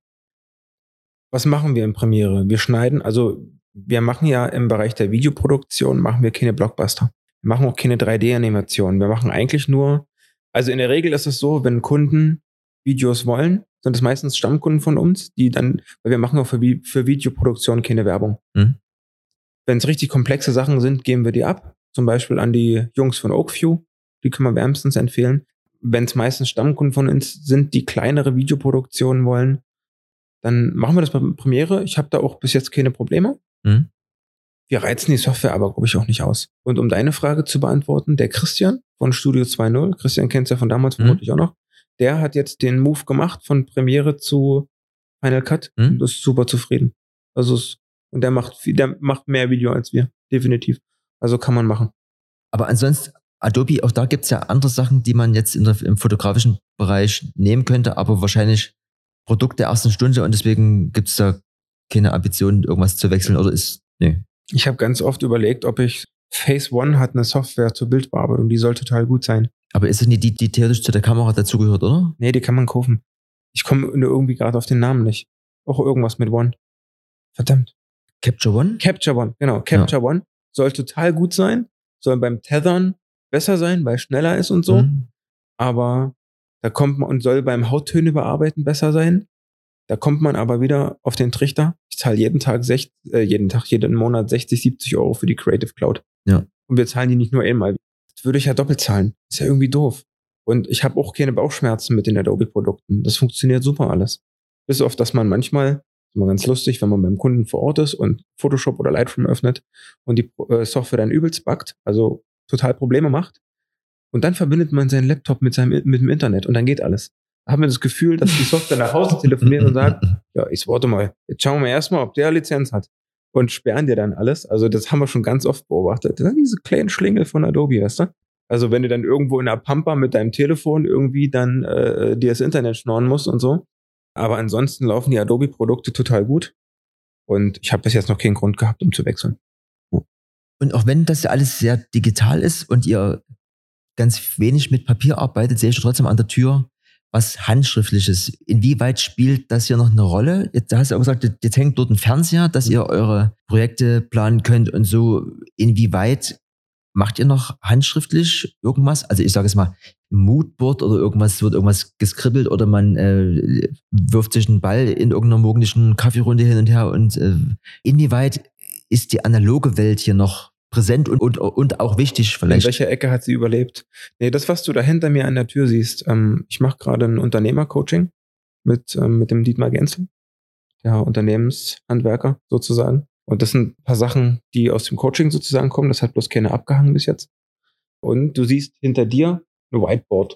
Was machen wir in Premiere? Wir schneiden, also wir machen ja im Bereich der Videoproduktion, machen wir keine Blockbuster. Wir machen auch keine drei D-Animationen. Wir machen eigentlich nur, also in der Regel ist es so, wenn Kunden Videos wollen, sind es meistens Stammkunden von uns, die dann, weil wir machen auch für, für Videoproduktion keine Werbung. Mhm. Wenn es richtig komplexe Sachen sind, geben wir die ab. Zum Beispiel an die Jungs von Oakview. Die können wir wärmstens empfehlen. Wenn es meistens Stammkunden von uns sind, die kleinere Videoproduktionen wollen, dann machen wir das bei Premiere. Ich habe da auch bis jetzt keine Probleme. Mhm. Wir reizen die Software aber, glaube ich, auch nicht aus. Und um deine Frage zu beantworten, der Christian von Studio zwei Punkt null, Christian kennst du ja von damals vermutlich mhm. auch noch, der hat jetzt den Move gemacht von Premiere zu Final Cut mhm. und ist super zufrieden. Also es, und der macht viel, der macht mehr Video als wir, definitiv. Also kann man machen. Aber ansonsten, Adobe, auch da gibt es ja andere Sachen, die man jetzt in der, im fotografischen Bereich nehmen könnte, aber wahrscheinlich Produkt der ersten Stunde und deswegen gibt es da keine Ambition, irgendwas zu wechseln oder ist, nee. Ich habe ganz oft überlegt, ob ich, Phase One hat eine Software zur Bildbearbeitung, die soll total gut sein. Aber ist es nicht die, die theoretisch zu der Kamera dazugehört, oder? Nee, die kann man kaufen. Ich komme nur irgendwie gerade auf den Namen nicht. Auch irgendwas mit One. Verdammt. Capture One? Capture One, genau. Capture ja. One soll total gut sein, soll beim Tethern besser sein, weil schneller ist und so. Mhm. Aber da kommt man und soll beim Hauttöne bearbeiten besser sein. Da kommt man aber wieder auf den Trichter. Ich zahle jeden Tag, sechzig, äh, jeden Tag, jeden Monat sechzig, siebzig Euro für die Creative Cloud. Ja. Und wir zahlen die nicht nur einmal. Das würde ich ja doppelt zahlen. Ist ja irgendwie doof. Und ich habe auch keine Bauchschmerzen mit den Adobe-Produkten. Das funktioniert super alles. Bis auf, dass man manchmal, ist immer ganz lustig, wenn man beim Kunden vor Ort ist und Photoshop oder Lightroom öffnet und die äh, Software dann übelst buggt, also total Probleme macht. Und dann verbindet man seinen Laptop mit seinem mit dem Internet und dann geht alles. Da haben wir das Gefühl, dass die Software nach Hause telefoniert und sagt, ja, ich warte mal, jetzt schauen wir erstmal, ob der Lizenz hat. Und sperren dir dann alles. Also das haben wir schon ganz oft beobachtet. Das sind diese kleinen Schlingel von Adobe, weißt du? Also wenn du dann irgendwo in der Pampa mit deinem Telefon irgendwie dann äh, dir das Internet schnorren musst und so. Aber ansonsten laufen die Adobe-Produkte total gut. Und ich habe bis jetzt noch keinen Grund gehabt, um zu wechseln. Ja. Und auch wenn das ja alles sehr digital ist und ihr ganz wenig mit Papier arbeitet, sehe ich trotzdem an der Tür was Handschriftliches. Inwieweit spielt das hier noch eine Rolle? Jetzt hast du auch gesagt, jetzt hängt dort ein Fernseher, dass ihr eure Projekte planen könnt und so. Inwieweit macht ihr noch handschriftlich irgendwas? Also ich sage es mal, ein Moodboard oder irgendwas, wird irgendwas geskribbelt oder man äh, wirft sich einen Ball in irgendeiner morgendlichen Kaffeerunde hin und her. Und äh, inwieweit ist die analoge Welt hier noch präsent und, und, und auch wichtig vielleicht? In welcher Ecke hat sie überlebt? Nee, das, was du da hinter mir an der Tür siehst, ähm, ich mache gerade ein Unternehmercoaching mit, ähm, mit dem Dietmar Genzel, der Unternehmenshandwerker sozusagen. Und das sind ein paar Sachen, die aus dem Coaching sozusagen kommen. Das hat bloß keiner abgehangen bis jetzt. Und du siehst hinter dir ein Whiteboard.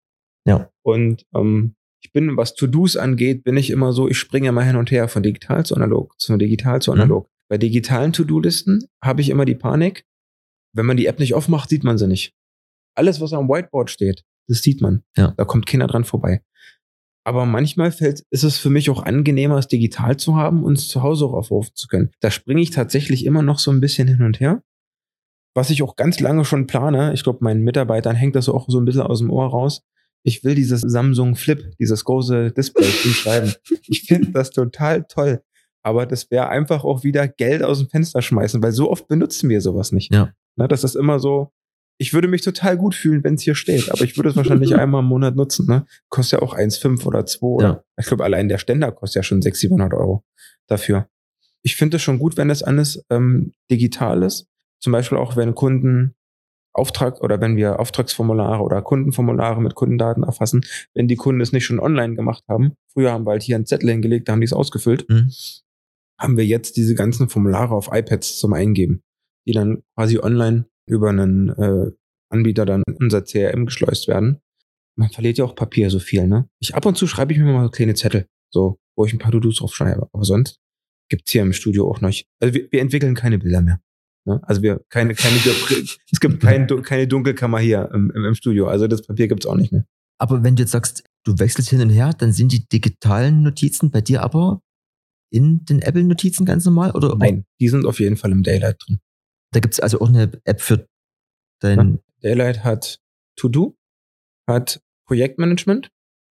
Ja. Und ähm, ich bin, was To-Dos angeht, bin ich immer so, ich springe immer hin und her von digital zu analog, zu digital zu analog. Mhm. Bei digitalen To-Do-Listen habe ich immer die Panik, wenn man die App nicht aufmacht, sieht man sie nicht. Alles, was am Whiteboard steht, das sieht man. Ja. Da kommt keiner dran vorbei. Aber manchmal fällt, ist es für mich auch angenehmer, es digital zu haben und es zu Hause auch aufrufen zu können. Da springe ich tatsächlich immer noch so ein bisschen hin und her. Was ich auch ganz lange schon plane, ich glaube, meinen Mitarbeitern hängt das auch so ein bisschen aus dem Ohr raus. Ich will dieses Samsung Flip, dieses große Display schreiben. Ich finde das total toll. Aber das wäre einfach auch wieder Geld aus dem Fenster schmeißen, weil so oft benutzen wir sowas nicht. Ja. Na, das ist immer so, Ich würde mich total gut fühlen, wenn es hier steht, aber ich würde es wahrscheinlich einmal im Monat nutzen. Ne? Kostet ja auch eins Komma fünf oder zwei. Oder, Ja. ich glaube, allein der Ständer kostet ja schon sechshundert, siebenhundert Euro dafür. Ich finde es schon gut, wenn das alles ähm, digital ist. Zum Beispiel auch, wenn Kunden Auftrag oder wenn wir Auftragsformulare oder Kundenformulare mit Kundendaten erfassen, wenn die Kunden es nicht schon online gemacht haben. Früher haben wir halt hier einen Zettel hingelegt, da haben die es ausgefüllt. Mhm. Haben wir jetzt diese ganzen Formulare auf iPads zum Eingeben, die dann quasi online über einen äh, Anbieter dann in unser C R M geschleust werden. Man verliert ja auch Papier so viel, ne? Ich ab und zu schreibe ich mir mal so kleine Zettel, so, wo ich ein paar To-Dos drauf schreibe. Aber sonst gibt's hier im Studio auch noch. Also wir, wir entwickeln keine Bilder mehr. Ne? Also wir keine, keine, es gibt kein, keine Dunkelkammer hier im, im, im Studio. Also das Papier gibt's auch nicht mehr. Aber wenn du jetzt sagst, du wechselst hin und her, dann sind die digitalen Notizen bei dir aber in den Apple-Notizen ganz normal? Oder Nein, die sind auf jeden Fall im Daylight drin. Da gibt's also auch eine App für dein... Ja, Daylight hat To-Do, hat Projektmanagement,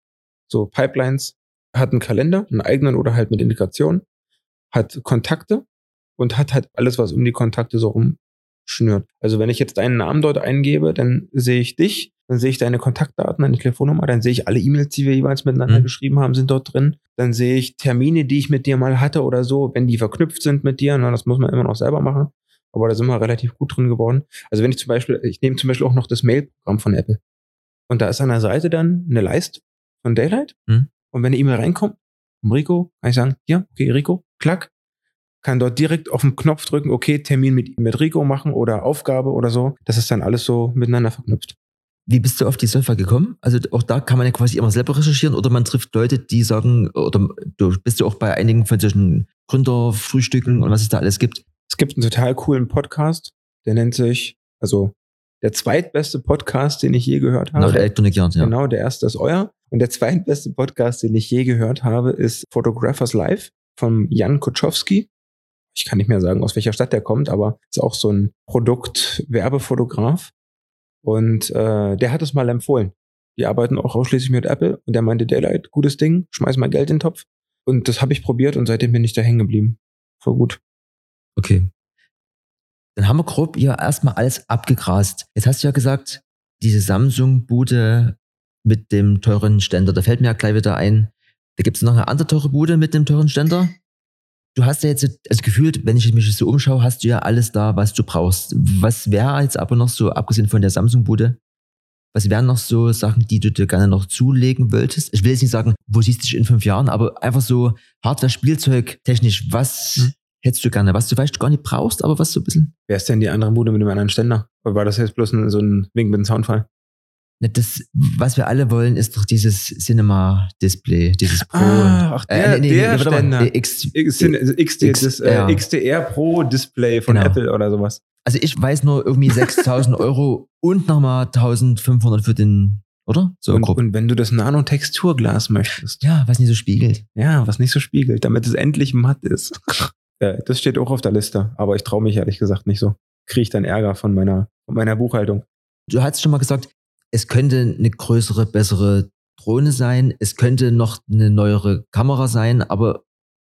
so Pipelines, hat einen Kalender, einen eigenen oder halt mit Integration, hat Kontakte und hat halt alles, was um die Kontakte so rumschnürt. Also wenn ich jetzt deinen Namen dort eingebe, dann sehe ich dich, dann sehe ich deine Kontaktdaten, deine Telefonnummer, dann sehe ich alle E-Mails, die wir jeweils miteinander Mhm. geschrieben haben, sind dort drin. Dann sehe ich Termine, die ich mit dir mal hatte oder so, wenn die verknüpft sind mit dir. Na, das muss man immer noch selber machen. Aber da sind wir relativ gut drin geworden. Also wenn ich zum Beispiel, ich nehme zum Beispiel auch noch das Mail-Programm von Apple. Und da ist an der Seite dann eine Leiste von Daylight. Mhm. Und wenn eine E-Mail reinkommt, um Rico, kann ich sagen, ja, okay, Rico, klack. Kann dort direkt auf den Knopf drücken, okay, Termin mit, mit Rico machen oder Aufgabe oder so. Das ist dann alles so miteinander verknüpft. Wie bist du auf die Software gekommen? Also auch da kann man ja quasi immer selber recherchieren oder man trifft Leute, die sagen, oder du bist ja auch bei einigen von solchen Gründerfrühstücken und was es da alles gibt. Es gibt einen total coolen Podcast, der nennt sich, also der zweitbeste Podcast, den ich je gehört habe. Nach Electronic Yarn, ja. Genau, der erste ist euer. Und der zweitbeste Podcast, den ich je gehört habe, ist Photographers Live von Jan Kotschowski. Ich kann nicht mehr sagen, aus welcher Stadt der kommt, aber ist auch so ein Produkt-Werbefotograf. Und äh, der hat es mal empfohlen. Die arbeiten auch ausschließlich mit Apple. Und der meinte, Daylight, gutes Ding, schmeiß mal Geld in den Topf. Und das habe ich probiert und seitdem bin ich da hängen geblieben. Voll gut. Okay. Dann haben wir grob ja erstmal alles abgegrast. Jetzt hast du ja gesagt, diese Samsung-Bude mit dem teuren Ständer. Da fällt mir ja gleich wieder ein, da gibt es noch eine andere teure Bude mit dem teuren Ständer. Du hast ja jetzt, also gefühlt, wenn ich mich so umschaue, hast du ja alles da, was du brauchst. Was wäre jetzt aber noch so, abgesehen von der Samsung-Bude, was wären noch so Sachen, die du dir gerne noch zulegen wolltest? Ich will jetzt nicht sagen, wo siehst du dich in fünf Jahren, aber einfach so Hardware, Spielzeug, technisch, was hm. hättest du gerne? Was du vielleicht gar nicht brauchst, aber was so ein bisschen... Wer ist denn die andere Bude mit dem anderen Ständer? Oder war das jetzt bloß ein, so ein Wink mit einem Soundfall? Das, was wir alle wollen, ist doch dieses Cinema-Display, dieses Pro. Ah, ach, der, äh, nee, nee, der nee, Ständer. Mal, X, X, X, X, das, äh, ja. X D R Pro Display von Genau. Apple oder sowas. Also ich weiß nur irgendwie sechstausend Euro und nochmal eintausendfünfhundert für den, oder? So und, grob. und wenn du das Nano-Texturglas möchtest. Ja, was nicht so spiegelt. Ja, was nicht so spiegelt, damit es endlich matt ist. Ja, das steht auch auf der Liste, aber ich traue mich ehrlich gesagt nicht so. Kriege ich dann Ärger von meiner, von meiner Buchhaltung. Du hast schon mal gesagt, es könnte eine größere, bessere Drohne sein, es könnte noch eine neuere Kamera sein, aber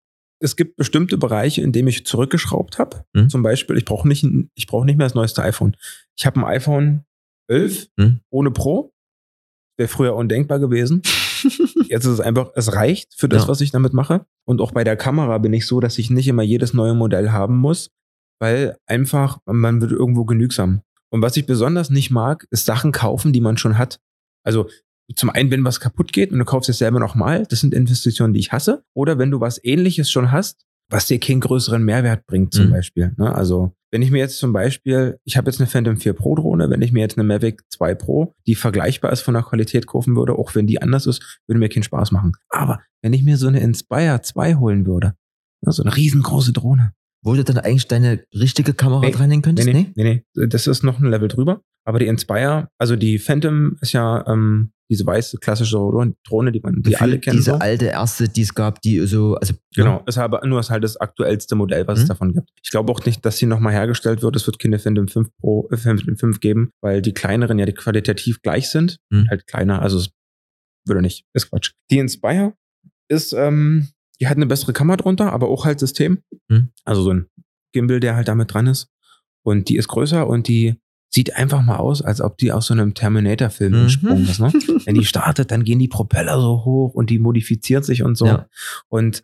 es gibt bestimmte Bereiche, in denen ich zurückgeschraubt habe. Hm? Zum Beispiel, ich brauche nicht, ich brauche nicht mehr das neueste iPhone. Ich habe ein iPhone elf hm? ohne Pro. Wäre früher undenkbar gewesen. Jetzt ist es einfach, es reicht für das, ja. was ich damit mache. Und auch bei der Kamera bin ich so, dass ich nicht immer jedes neue Modell haben muss, weil einfach, man wird irgendwo genügsam. Und was ich besonders nicht mag, ist Sachen kaufen, die man schon hat. Also zum einen, wenn was kaputt geht und du kaufst es selber nochmal, das sind Investitionen, die ich hasse. Oder wenn du was Ähnliches schon hast, was dir keinen größeren Mehrwert bringt zum mhm. Beispiel. Ne? Also wenn ich mir jetzt zum Beispiel, ich habe jetzt eine Phantom vier Pro Drohne, wenn ich mir jetzt eine Mavic zwei Pro, die vergleichbar ist von der Qualität kaufen würde, auch wenn die anders ist, würde mir keinen Spaß machen. Aber wenn ich mir so eine Inspire zwei holen würde, ne, so eine riesengroße Drohne, wo du dann eigentlich deine richtige Kamera nee, dranhängen könntest? Nee nee, nee, nee, das ist noch ein Level drüber. Aber die Inspire, also die Phantom ist ja ähm, diese weiße klassische Drohne, die man, die Gefühl, alle kennen. Diese so. alte erste, die es gab, die so, also genau, ja. ist aber nur ist halt das aktuellste Modell, was mhm. es davon gibt. Ich glaube auch nicht, dass sie nochmal hergestellt wird. Es wird keine Phantom fünf Pro, äh, Phantom fünf geben, weil die kleineren ja die qualitativ gleich sind, mhm. halt kleiner. Also es würde nicht, ist Quatsch. Die Inspire ist, ähm, die hat eine bessere Kamera drunter, aber auch halt System. Mhm. Also so ein Gimbal, der halt damit dran ist. Und die ist größer und die sieht einfach mal aus, als ob die aus so einem Terminator-Film Mhm. entsprungen ist. Ne? Wenn die startet, dann gehen die Propeller so hoch und die modifiziert sich und so. Ja. Und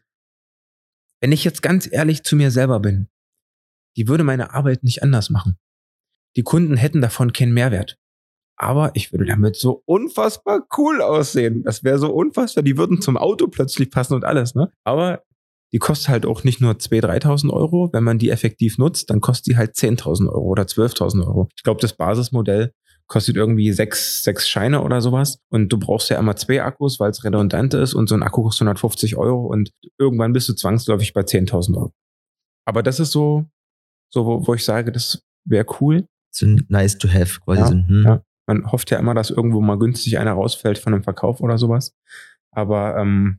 wenn ich jetzt ganz ehrlich zu mir selber bin, die würde meine Arbeit nicht anders machen. Die Kunden hätten davon keinen Mehrwert. Aber ich würde damit so unfassbar cool aussehen. Das wäre so unfassbar. Die würden zum Auto plötzlich passen und alles. Ne? Aber die kostet halt auch nicht nur zweitausend, dreitausend Euro. Wenn man die effektiv nutzt, dann kostet die halt zehntausend Euro oder zwölftausend Euro. Ich glaube, das Basismodell kostet irgendwie sechs, sechs Scheine oder sowas. Und du brauchst ja immer zwei Akkus, weil es redundant ist. Und so ein Akku kostet hundertfünfzig Euro. Und irgendwann bist du zwangsläufig bei zehntausend Euro. Aber das ist so, so wo, wo ich sage, das wäre cool. So ein nice to have quasi. Ja, so ein, hm. ja. Man hofft ja immer, dass irgendwo mal günstig einer rausfällt von einem Verkauf oder sowas. Aber ähm,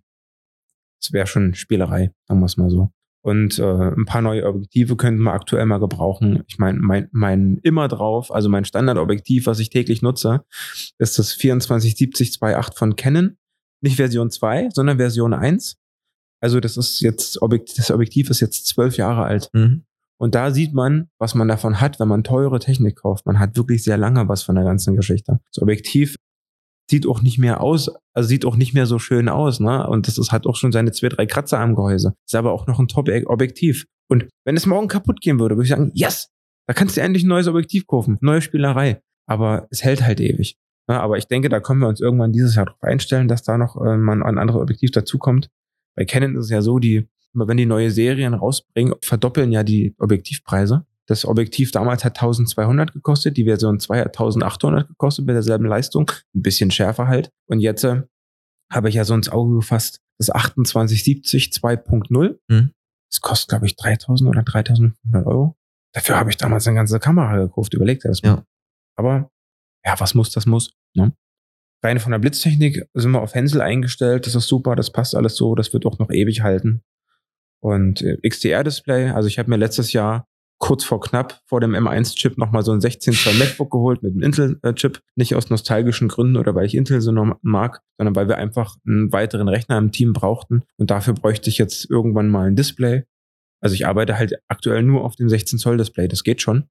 es wäre schon Spielerei, sagen wir es mal so. Und äh, ein paar neue Objektive könnten wir aktuell mal gebrauchen. Ich meine, mein, mein immer drauf, also mein Standardobjektiv, was ich täglich nutze, ist das vierundzwanzig siebzig zwei Komma acht von Canon. Nicht Version zwei, sondern Version eins. Also das ist jetzt, Objekt, das Objektiv ist jetzt zwölf Jahre alt. Mhm. Und da sieht man, was man davon hat, wenn man teure Technik kauft. Man hat wirklich sehr lange was von der ganzen Geschichte. Das Objektiv sieht auch nicht mehr aus, also sieht auch nicht mehr so schön aus, ne? Und das ist, hat auch schon seine zwei, drei Kratzer am Gehäuse. Ist aber auch noch ein Top-Objektiv. Und wenn es morgen kaputt gehen würde, würde ich sagen, yes, da kannst du endlich ein neues Objektiv kaufen. Neue Spielerei. Aber es hält halt ewig. Ja, aber ich denke, da können wir uns irgendwann dieses Jahr drauf einstellen, dass da noch äh, mal ein anderes Objektiv dazukommt. Bei Canon ist es ja so, die, wenn die neue Serien rausbringen, verdoppeln ja die Objektivpreise. Das Objektiv damals hat eintausendzweihundert gekostet, die Version zwei hat eintausendachthundert gekostet bei derselben Leistung, ein bisschen schärfer halt. Und jetzt äh, habe ich ja so ins Auge gefasst, das achtundzwanzig siebzig zwei Punkt null. Mhm. Das kostet, glaube ich, dreitausend oder dreitausendfünfhundert Euro. Dafür habe ich damals eine ganze Kamera gekauft, überlegt er das mal. Ja. Aber ja, was muss, das muss. Ne? Rein von der Blitztechnik sind wir auf Hänsel eingestellt, das ist super, das passt alles so, das wird auch noch ewig halten. Und äh, X D R-Display, also ich habe mir letztes Jahr kurz vor knapp vor dem M eins Chip nochmal so ein sechzehn Zoll MacBook geholt mit einem Intel-Chip. Nicht aus nostalgischen Gründen oder weil ich Intel so noch mag, sondern weil wir einfach einen weiteren Rechner im Team brauchten. Und dafür bräuchte ich jetzt irgendwann mal ein Display. Also ich arbeite halt aktuell nur auf dem sechzehn Zoll Display, das geht schon.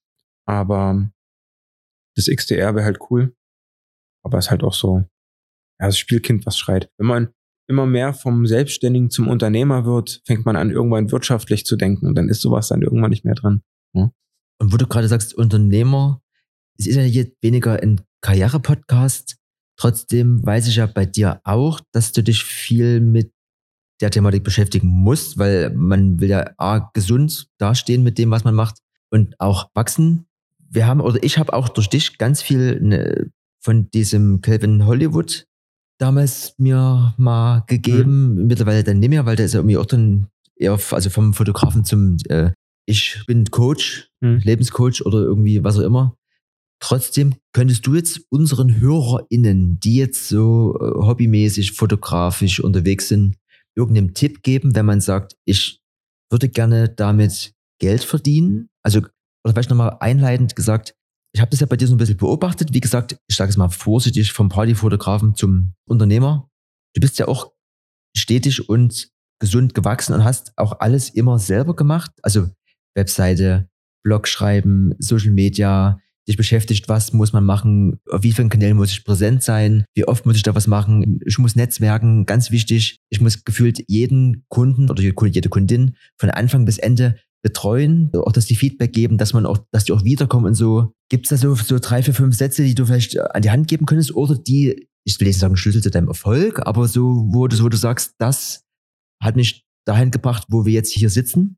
Aber das X D R wäre halt cool. Aber es ist halt auch so, ja, das Spielkind, was schreit. Wenn man immer mehr vom Selbstständigen zum Unternehmer wird, fängt man an, irgendwann wirtschaftlich zu denken. Und dann ist sowas dann irgendwann nicht mehr drin. Ja? Und wo du gerade sagst, Unternehmer, es ist ja jetzt weniger ein Karriere-Podcast. Trotzdem weiß ich ja bei dir auch, dass du dich viel mit der Thematik beschäftigen musst, weil man will ja A, gesund dastehen mit dem, was man macht und auch wachsen. Wir haben, oder ich habe auch durch dich ganz viel ne, von diesem Calvin Hollywood damals mir mal gegeben, mhm. mittlerweile dann nicht mehr, weil der ist ja irgendwie auch dann eher, also vom Fotografen zum äh, ich bin Coach, mhm. Lebenscoach oder irgendwie was auch immer. Trotzdem könntest du jetzt unseren HörerInnen, die jetzt so äh, hobbymäßig, fotografisch unterwegs sind, irgendeinen Tipp geben, wenn man sagt, ich würde gerne damit Geld verdienen? Also, oder vielleicht nochmal einleitend gesagt, ich habe das ja bei dir so ein bisschen beobachtet. Wie gesagt, ich sage es mal vorsichtig, vom Partyfotografen zum Unternehmer. Du bist ja auch stetig und gesund gewachsen und hast auch alles immer selber gemacht. Also Webseite, Blog schreiben, Social Media, dich beschäftigt, was muss man machen, auf wie vielen Kanälen muss ich präsent sein, wie oft muss ich da was machen, ich muss netzwerken, ganz wichtig. Ich muss gefühlt jeden Kunden oder jede Kundin von Anfang bis Ende betreuen, auch dass die Feedback geben, dass man auch, dass die auch wiederkommen und so. Gibt es da so, so drei, vier, fünf Sätze, die du vielleicht an die Hand geben könntest oder die, ich will nicht sagen Schlüssel zu deinem Erfolg, aber so, wo du, wo du sagst, das hat mich dahin gebracht, wo wir jetzt hier sitzen?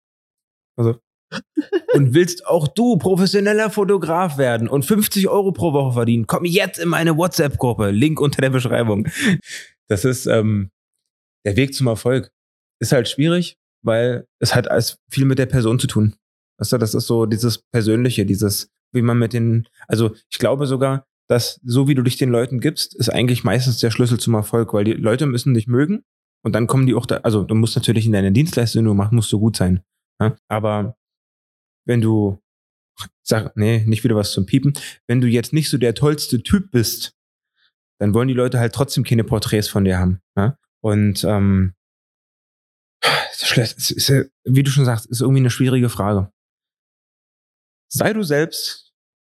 Also, und willst auch du professioneller Fotograf werden und fünfzig Euro pro Woche verdienen? Komm jetzt in meine WhatsApp-Gruppe, Link unter der Beschreibung. Das ist ähm, der Weg zum Erfolg. Ist halt schwierig, weil es hat alles viel mit der Person zu tun. Weißt du, das ist so dieses Persönliche, dieses, wie man mit den, also ich glaube sogar, dass so wie du dich den Leuten gibst, ist eigentlich meistens der Schlüssel zum Erfolg, weil die Leute müssen dich mögen und dann kommen die auch da, also du musst natürlich in deiner Dienstleistung, die du machst, musst du gut sein. Ja? Aber wenn du, sag, nee, nicht wieder was zum Piepen, wenn du jetzt nicht so der tollste Typ bist, dann wollen die Leute halt trotzdem keine Porträts von dir haben. Ja? Und ähm, ist, ist, wie du schon sagst, ist irgendwie eine schwierige Frage. Sei du selbst,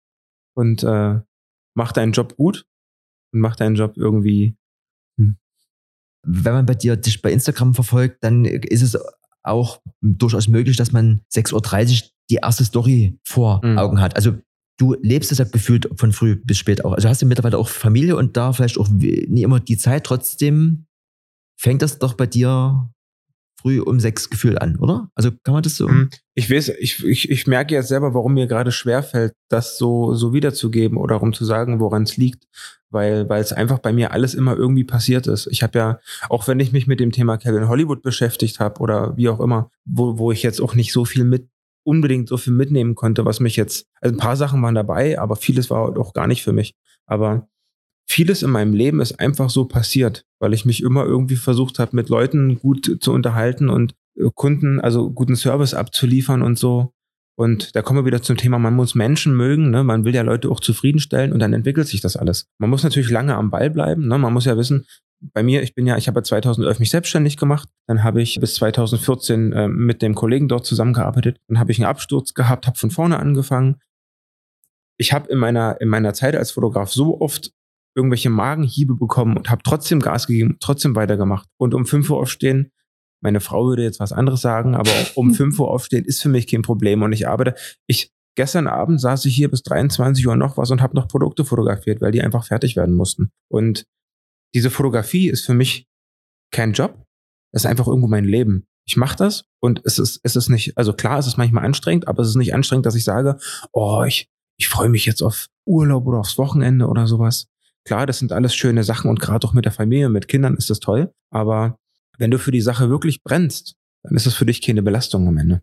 und äh, mach deinen Job gut und mach deinen Job irgendwie. Hm. Wenn man bei dir dich bei Instagram verfolgt, dann ist es auch durchaus möglich, dass man sechs Uhr dreißig die erste Story vor Mhm. Augen hat. Also du lebst es ja gefühlt von früh bis spät auch. Also hast du mittlerweile auch Familie und da vielleicht auch nie immer die Zeit. Trotzdem fängt das doch bei dir früh um sechs gefühlt an, oder? Also kann man das so? Mhm. Ich weiß, ich, ich, ich merke jetzt selber, warum mir gerade schwerfällt, das so, so wiederzugeben oder um zu sagen, woran es liegt. Weil, weil es einfach bei mir alles immer irgendwie passiert ist. Ich habe ja, auch wenn ich mich mit dem Thema Kevin Hollywood beschäftigt habe oder wie auch immer, wo, wo ich jetzt auch nicht so viel mit, unbedingt so viel mitnehmen konnte, was mich jetzt, also ein paar Sachen waren dabei, aber vieles war auch gar nicht für mich. Aber vieles in meinem Leben ist einfach so passiert, weil ich mich immer irgendwie versucht habe, mit Leuten gut zu unterhalten und Kunden, also guten Service abzuliefern und so. Und da kommen wir wieder zum Thema, man muss Menschen mögen, ne? Man will ja Leute auch zufriedenstellen und dann entwickelt sich das alles. Man muss natürlich lange am Ball bleiben, ne? Man muss ja wissen, bei mir, ich bin ja, ich habe ja zweitausendelf mich selbstständig gemacht, dann habe ich bis zweitausendvierzehn äh, mit dem Kollegen dort zusammengearbeitet, dann habe ich einen Absturz gehabt, habe von vorne angefangen. Ich habe in meiner, in meiner Zeit als Fotograf so oft irgendwelche Magenhiebe bekommen und habe trotzdem Gas gegeben, trotzdem weitergemacht. Und um fünf Uhr aufstehen, meine Frau würde jetzt was anderes sagen, aber um fünf Uhr aufstehen ist für mich kein Problem und ich arbeite. Ich, gestern Abend saß ich hier bis dreiundzwanzig Uhr noch was und habe noch Produkte fotografiert, weil die einfach fertig werden mussten. Und diese Fotografie ist für mich kein Job, das ist einfach irgendwo mein Leben. Ich mache das und es ist, es ist nicht, also klar, es ist manchmal anstrengend, aber es ist nicht anstrengend, dass ich sage, oh, ich, ich freue mich jetzt auf Urlaub oder aufs Wochenende oder sowas. Klar, das sind alles schöne Sachen und gerade auch mit der Familie, mit Kindern ist das toll, aber wenn du für die Sache wirklich brennst, dann ist es für dich keine Belastung am Ende.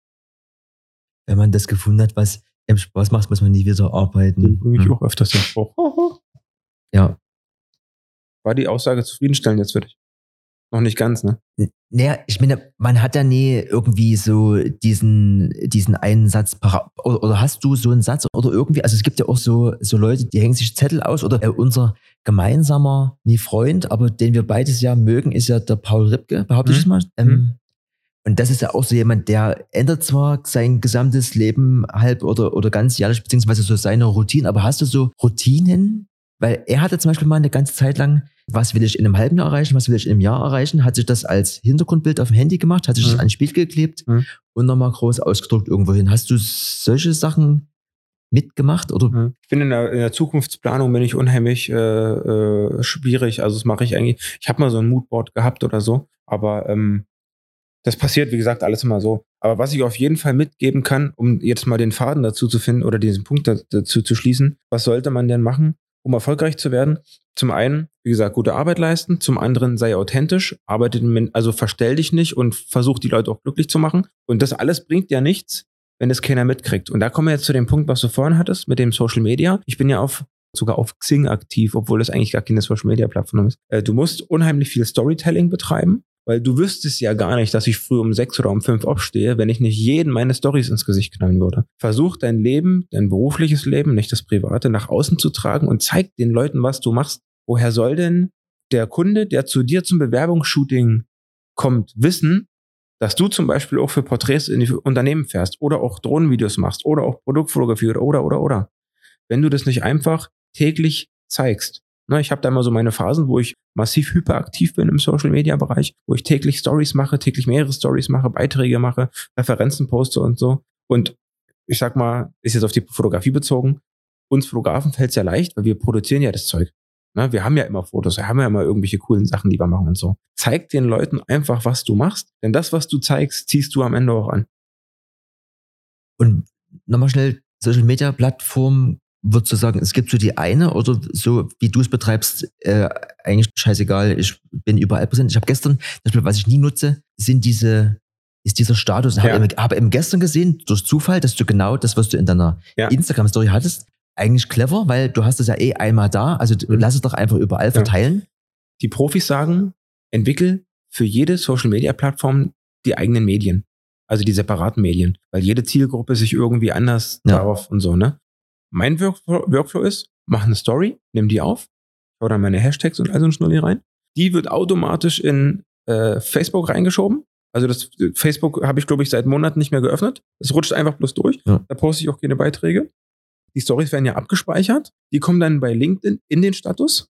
Wenn man das gefunden hat, was einem Spaß macht, muss man nie wieder arbeiten. Den bringe ich Hm. auch öfters den Spruch. Ja. War die Aussage zufriedenstellend jetzt für dich? Noch nicht ganz, ne? N- Naja, ich meine, man hat ja nie irgendwie so diesen, diesen einen Satz para- oder, oder hast du so einen Satz oder irgendwie, also es gibt ja auch so, so Leute, die hängen sich Zettel aus oder äh, unser gemeinsamer, nie Freund, aber den wir beides ja mögen, ist ja der Paul Ripke, behaupte ich Mhm. es mal. Ähm, Mhm. Und das ist ja auch so jemand, der ändert zwar sein gesamtes Leben halb oder, oder ganz jährlich, beziehungsweise so seine Routine, aber hast du so Routinen? Weil er hatte zum Beispiel mal eine ganze Zeit lang, was will ich in einem halben Jahr erreichen, was will ich in einem Jahr erreichen, hat sich das als Hintergrundbild auf dem Handy gemacht, hat sich Mhm. das an den Spiegel geklebt Mhm. und nochmal groß ausgedruckt irgendwo hin. Hast du solche Sachen mitgemacht? Oder? Ich bin in der, in der Zukunftsplanung bin ich unheimlich äh, äh, schwierig. Also das mache ich eigentlich. Ich habe mal so ein Moodboard gehabt oder so, aber ähm, das passiert, wie gesagt, alles immer so. Aber was ich auf jeden Fall mitgeben kann, um jetzt mal den Faden dazu zu finden oder diesen Punkt da- dazu zu schließen, was sollte man denn machen, um erfolgreich zu werden? Zum einen, wie gesagt, gute Arbeit leisten. Zum anderen, sei authentisch, arbeite, mit- also verstell dich nicht und versuch die Leute auch glücklich zu machen. Und das alles bringt ja nichts, wenn es keiner mitkriegt. Und da kommen wir jetzt zu dem Punkt, was du vorhin hattest mit dem Social Media. Ich bin ja auf sogar auf Xing aktiv, obwohl das eigentlich gar keine Social Media Plattform ist. Äh, du musst unheimlich viel Storytelling betreiben, weil du wüsstest ja gar nicht, dass ich früh um sechs oder um fünf aufstehe, wenn ich nicht jeden meine Storys ins Gesicht knallen würde. Versuch dein Leben, dein berufliches Leben, nicht das private, nach außen zu tragen und zeig den Leuten, was du machst. Woher soll denn der Kunde, der zu dir zum Bewerbungsshooting kommt, wissen, dass du zum Beispiel auch für Porträts in die Unternehmen fährst oder auch Drohnenvideos machst oder auch Produktfotografie oder, oder, oder, oder. Wenn du das nicht einfach täglich zeigst. Ne, ich habe da immer so meine Phasen, wo ich massiv hyperaktiv bin im Social-Media-Bereich, wo ich täglich Stories mache, täglich mehrere Stories mache, Beiträge mache, Referenzen poste und so. Und ich sag mal, ist jetzt auf die Fotografie bezogen, uns Fotografen fällt es ja leicht, weil wir produzieren ja das Zeug. Ne, wir haben ja immer Fotos, wir haben ja immer irgendwelche coolen Sachen, die wir machen und so. Zeig den Leuten einfach, was du machst, denn das, was du zeigst, ziehst du am Ende auch an. Und nochmal schnell, Social Media Plattform, würdest du sagen, es gibt so die eine oder so, wie du es betreibst, äh, eigentlich scheißegal, ich bin überall präsent. Ich habe gestern, das Beispiel, was ich nie nutze, sind diese, ist dieser Status. Ich Ja. habe eben, habe eben gestern gesehen, durch Zufall, dass du genau das, was du in deiner Ja. Instagram-Story hattest, eigentlich clever, weil du hast es ja eh einmal da, also Mhm. lass es doch einfach überall verteilen. Die Profis sagen, entwickel für jede Social-Media-Plattform die eigenen Medien. Also die separaten Medien. Weil jede Zielgruppe sich irgendwie anders Ja. darauf und so, ne? Mein Workflow, Workflow ist, mach eine Story, nimm die auf, hau dann meine Hashtags und all so ein Schnulli rein. Die wird automatisch in äh, Facebook reingeschoben. Also das Facebook habe ich, glaube ich, seit Monaten nicht mehr geöffnet. Es rutscht einfach bloß durch. Ja. Da poste ich auch keine Beiträge. die Stories werden ja abgespeichert, die kommen dann bei LinkedIn in den Status.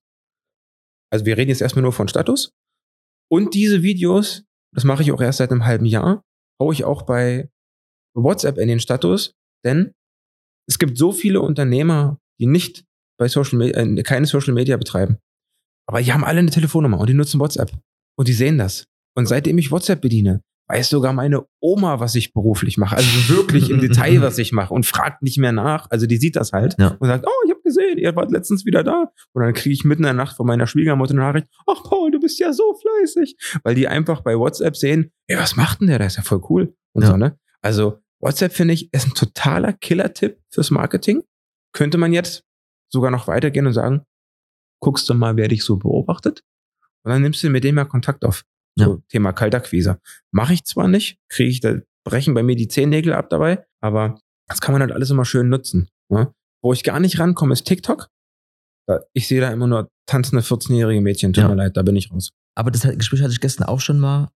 Also wir reden jetzt erstmal nur von Status. Und diese Videos, das mache ich auch erst seit einem halben Jahr, haue ich auch bei WhatsApp in den Status, denn es gibt so viele Unternehmer, die nicht bei Social Media, äh, keine Social Media betreiben. Aber die haben alle eine Telefonnummer und die nutzen WhatsApp. Und die sehen das. Und seitdem ich WhatsApp bediene, weiß sogar meine Oma, was ich beruflich mache. Also wirklich im Detail, was ich mache und fragt nicht mehr nach. Also die sieht das halt Ja. und sagt, oh, ich habe gesehen, ihr wart letztens wieder da. Und dann kriege ich mitten in der Nacht von meiner Schwiegermutter eine Nachricht, ach Paul, du bist ja so fleißig. Weil die einfach bei WhatsApp sehen, ey, was macht denn der? Der ist ja voll cool. Und Ja. so, ne? Also WhatsApp, finde ich, ist ein totaler Killer-Tipp fürs Marketing. Könnte man jetzt sogar noch weitergehen und sagen, guckst du mal, wer dich so beobachtet? Und dann nimmst du mit dem mal Kontakt auf. So, Ja. Thema Kaltakquise. Mache ich zwar nicht, kriege ich da, brechen bei mir die Zehennägel ab dabei, aber das kann man halt alles immer schön nutzen. Ne? Wo ich gar nicht rankomme, ist TikTok. Da, ich sehe da immer nur tanzende vierzehnjährige Mädchen. Tut Ja. mir leid, da bin ich raus. Aber das Gespräch hatte ich gestern auch schon mal.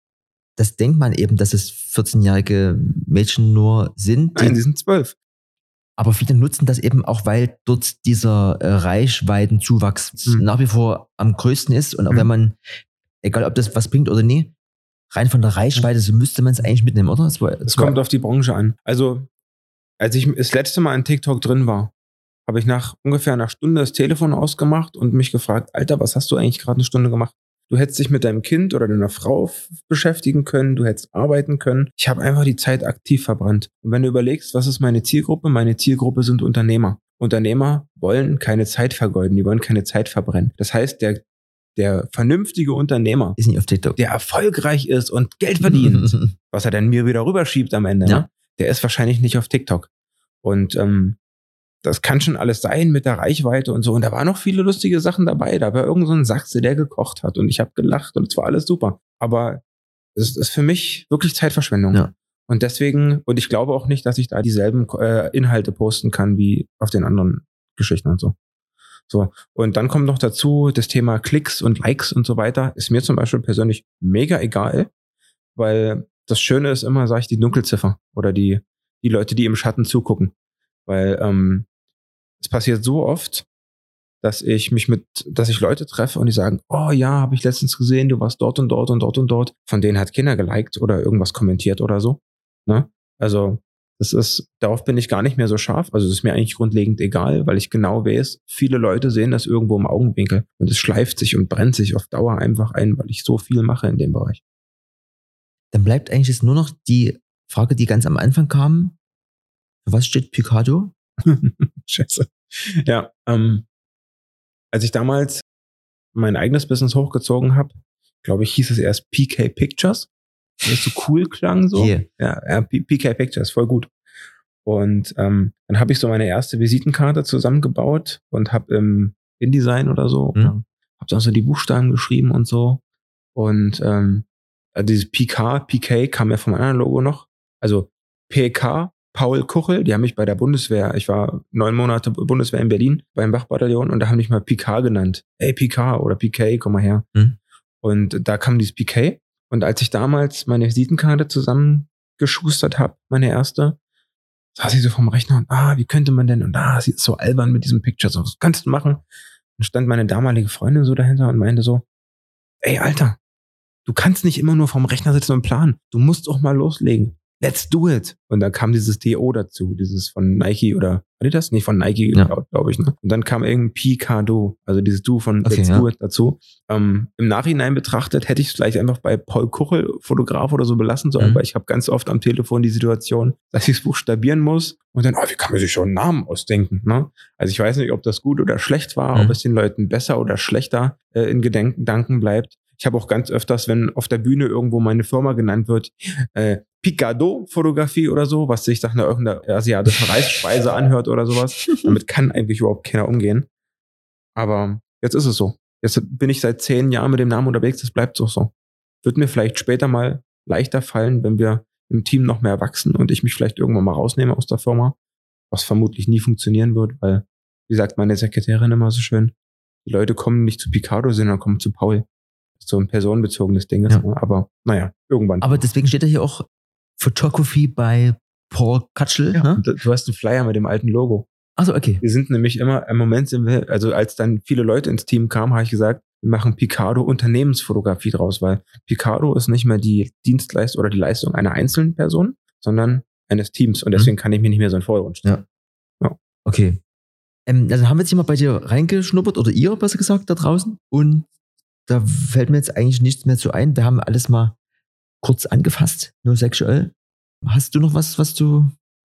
Das denkt man eben, dass es vierzehnjährige Mädchen nur sind. Die, Nein, sie sind zwölf. aber viele nutzen das eben auch, weil dort dieser äh, Reichweitenzuwachs Mhm. nach wie vor am größten ist. Und auch Mhm. wenn man, egal ob das was bringt oder nie, rein von der Reichweite, so müsste man es eigentlich mitnehmen, oder? Es war, Es kommt auf die Branche an. Also, als ich das letzte Mal in TikTok drin war, habe ich nach ungefähr einer Stunde das Telefon ausgemacht und mich gefragt, Alter, was hast du eigentlich gerade eine Stunde gemacht? Du hättest dich mit deinem Kind oder deiner Frau f- beschäftigen können, du hättest arbeiten können. Ich habe einfach die Zeit aktiv verbrannt. Und wenn du überlegst, was ist meine Zielgruppe? Meine Zielgruppe sind Unternehmer. Unternehmer wollen keine Zeit vergeuden, die wollen keine Zeit verbrennen. Das heißt, der, der vernünftige Unternehmer, ist nicht auf TikTok. der erfolgreich ist und Geld verdient, was er dann mir wieder rüberschiebt am Ende, Ja. ne? Der ist wahrscheinlich nicht auf TikTok. Und ähm, das kann schon alles sein mit der Reichweite und so. Und da waren noch viele lustige Sachen dabei. Da war irgend so ein Sachse, der gekocht hat und ich habe gelacht und es war alles super. Aber es ist für mich wirklich Zeitverschwendung. Ja. Und deswegen, und ich glaube auch nicht, dass ich da dieselben äh, Inhalte posten kann wie auf den anderen Geschichten und so. So. Und dann kommt noch dazu das Thema Klicks und Likes und so weiter. Ist mir zum Beispiel persönlich mega egal, weil das Schöne ist immer, sage ich, die Dunkelziffer oder die, die Leute, die im Schatten zugucken. Weil ähm, es passiert so oft, dass ich mich mit, dass ich Leute treffe und die sagen, oh ja, habe ich letztens gesehen, du warst dort und dort und dort und dort. Von denen hat Kinder geliked oder irgendwas kommentiert oder so. Ne? Also das ist, darauf bin ich gar nicht mehr so scharf. Also es ist mir eigentlich grundlegend egal, weil ich genau weiß, viele Leute sehen das irgendwo im Augenwinkel und es schleift sich und brennt sich auf Dauer einfach ein, weil ich so viel mache in dem Bereich. Dann bleibt eigentlich jetzt nur noch die Frage, die ganz am Anfang kam. Für was steht Picado? Scheiße. Ja, ähm, als ich damals mein eigenes Business hochgezogen habe, glaube ich, hieß es erst P K Pictures, weil es so cool klang so. Yeah. Ja, ja, P K Pictures, voll gut. Und ähm, dann habe ich so meine erste Visitenkarte zusammengebaut und habe im InDesign oder so, Hm. habe dann so die Buchstaben geschrieben und so. Und ähm, also dieses P K, P K kam ja vom anderen Logo noch. Also P K, Paul Kuchel, die haben mich bei der Bundeswehr, ich war neun Monate Bundeswehr in Berlin beim Wachbataillon und da haben mich mal P K genannt. Ey, P K oder P K, komm mal her. Hm. Und da kam dieses P K. Und als ich damals meine Visitenkarte zusammengeschustert habe, meine erste, saß ich so vom Rechner und, ah, wie könnte man denn, und ah, sieht so albern mit diesem Picture, so, was kannst du machen? Und stand meine damalige Freundin so dahinter und meinte so, ey, Alter, du kannst nicht immer nur vom Rechner sitzen und planen. Du musst auch mal loslegen. Let's do it. Und dann kam dieses D O dazu, dieses von Nike oder, war die das? Nee, von Nike Ja. geklaut, glaube ich. Ne? Und dann kam irgendein Picado, also dieses Du von Okay, Let's ja. do it dazu. Ähm, Im Nachhinein betrachtet hätte ich es vielleicht einfach bei Paul Kuchel, Fotograf oder so belassen sollen, Mhm. weil ich habe ganz oft am Telefon die Situation, dass ich es buchstabieren muss und dann, oh, wie kann man sich schon einen Namen ausdenken? Ne? Also ich weiß nicht, ob das gut oder schlecht war, Mhm. ob es den Leuten besser oder schlechter äh, in Gedenken Gedanken bleibt. Ich habe auch ganz öfters, wenn auf der Bühne irgendwo meine Firma genannt wird, äh, Picado-Fotografie oder so, was sich nach einer irgendeiner asiatischen Reisspeise anhört oder sowas. Damit kann eigentlich überhaupt keiner umgehen. Aber jetzt ist es so. Jetzt bin ich seit zehn Jahren mit dem Namen unterwegs, das bleibt auch so. Wird mir vielleicht später mal leichter fallen, wenn wir im Team noch mehr wachsen und ich mich vielleicht irgendwann mal rausnehme aus der Firma, was vermutlich nie funktionieren wird, weil, wie sagt meine Sekretärin immer so schön, die Leute kommen nicht zu Picado, sondern kommen zu Paul. So ein personenbezogenes Ding ist, Ja. ne? Aber naja, irgendwann. Aber deswegen steht da hier auch Photography bei Paul Katschel. ja, Ne? und du hast einen Flyer mit dem alten Logo. Achso, okay. Wir sind nämlich immer, im Moment sind wir, also als dann viele Leute ins Team kamen, habe ich gesagt, wir machen Picardo Unternehmensfotografie draus, weil Picardo ist nicht mehr die Dienstleistung oder die Leistung einer einzelnen Person, sondern eines Teams. Und deswegen mhm. kann ich mir nicht mehr so einen Vordergrund stellen. Ja. ja. Okay. Ähm, also haben wir jetzt hier mal bei dir reingeschnuppert, oder ihr, besser gesagt, da draußen. Und da fällt mir jetzt eigentlich nichts mehr zu ein. Wir haben alles mal kurz angefasst, nur sexuell. Hast du noch was, was du...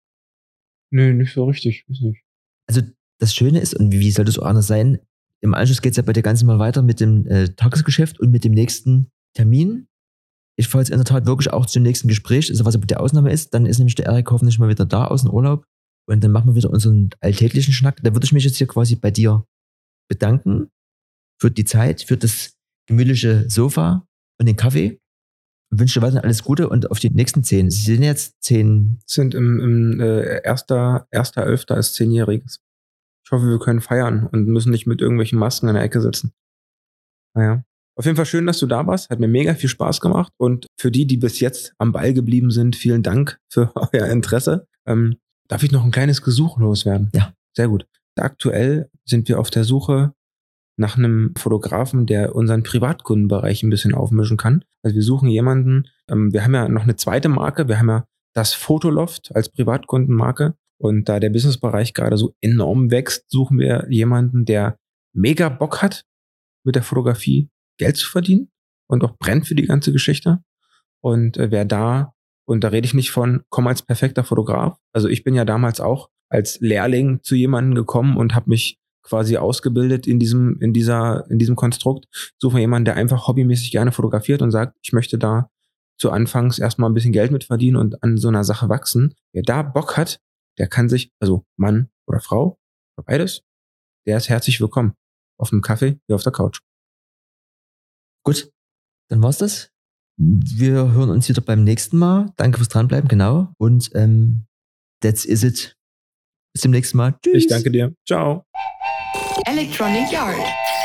Nö, nicht so richtig. Weiß nicht. Also das Schöne ist, und wie soll das auch anders sein, im Anschluss geht es ja bei dir ganz mal weiter mit dem äh, Tagesgeschäft und mit dem nächsten Termin. Ich fahre jetzt in der Tat wirklich auch zum nächsten Gespräch, also was aber die Ausnahme ist, dann ist nämlich der Erik hoffentlich mal wieder da aus dem Urlaub und dann machen wir wieder unseren alltäglichen Schnack. Da würde ich mich jetzt hier quasi bei dir bedanken für die Zeit, für das gemütliche Sofa und den Kaffee. Ich wünsche dir weiterhin alles Gute und auf die nächsten zehn. Sie sind jetzt zehn. Sind im, im äh, erster, erster Elfter ist zehnjähriges. Ich hoffe, wir können feiern und müssen nicht mit irgendwelchen Masken in der Ecke sitzen. Naja. Auf jeden Fall schön, dass du da warst. Hat mir mega viel Spaß gemacht. Und für die, die bis jetzt am Ball geblieben sind, vielen Dank für euer Interesse. Ähm, darf ich noch ein kleines Gesuch loswerden? Ja. Sehr gut. Aktuell sind wir auf der Suche nach einem Fotografen, der unseren Privatkundenbereich ein bisschen aufmischen kann. Also wir suchen jemanden, ähm, wir haben ja noch eine zweite Marke, wir haben ja das Fotoloft als Privatkundenmarke und da der Businessbereich gerade so enorm wächst, suchen wir jemanden, der mega Bock hat, mit der Fotografie Geld zu verdienen und auch brennt für die ganze Geschichte und äh, wer da, und da rede ich nicht von, komm als perfekter Fotograf, also ich bin ja damals auch als Lehrling zu jemandem gekommen und habe mich quasi ausgebildet in diesem, in dieser, in diesem Konstrukt. Suchen wir jemanden, der einfach hobbymäßig gerne fotografiert und sagt, ich möchte da zu Anfangs erstmal ein bisschen Geld mit verdienen und an so einer Sache wachsen. Wer da Bock hat, der kann sich, also Mann oder Frau, oder beides, der ist herzlich willkommen. Auf einem Kaffee wie auf der Couch. Gut, dann war's das. Wir hören uns wieder beim nächsten Mal. Danke fürs Dranbleiben, genau. Und ähm, that's is it. Bis zum nächsten Mal. Tschüss. Ich danke dir. Ciao. Electronic Yard.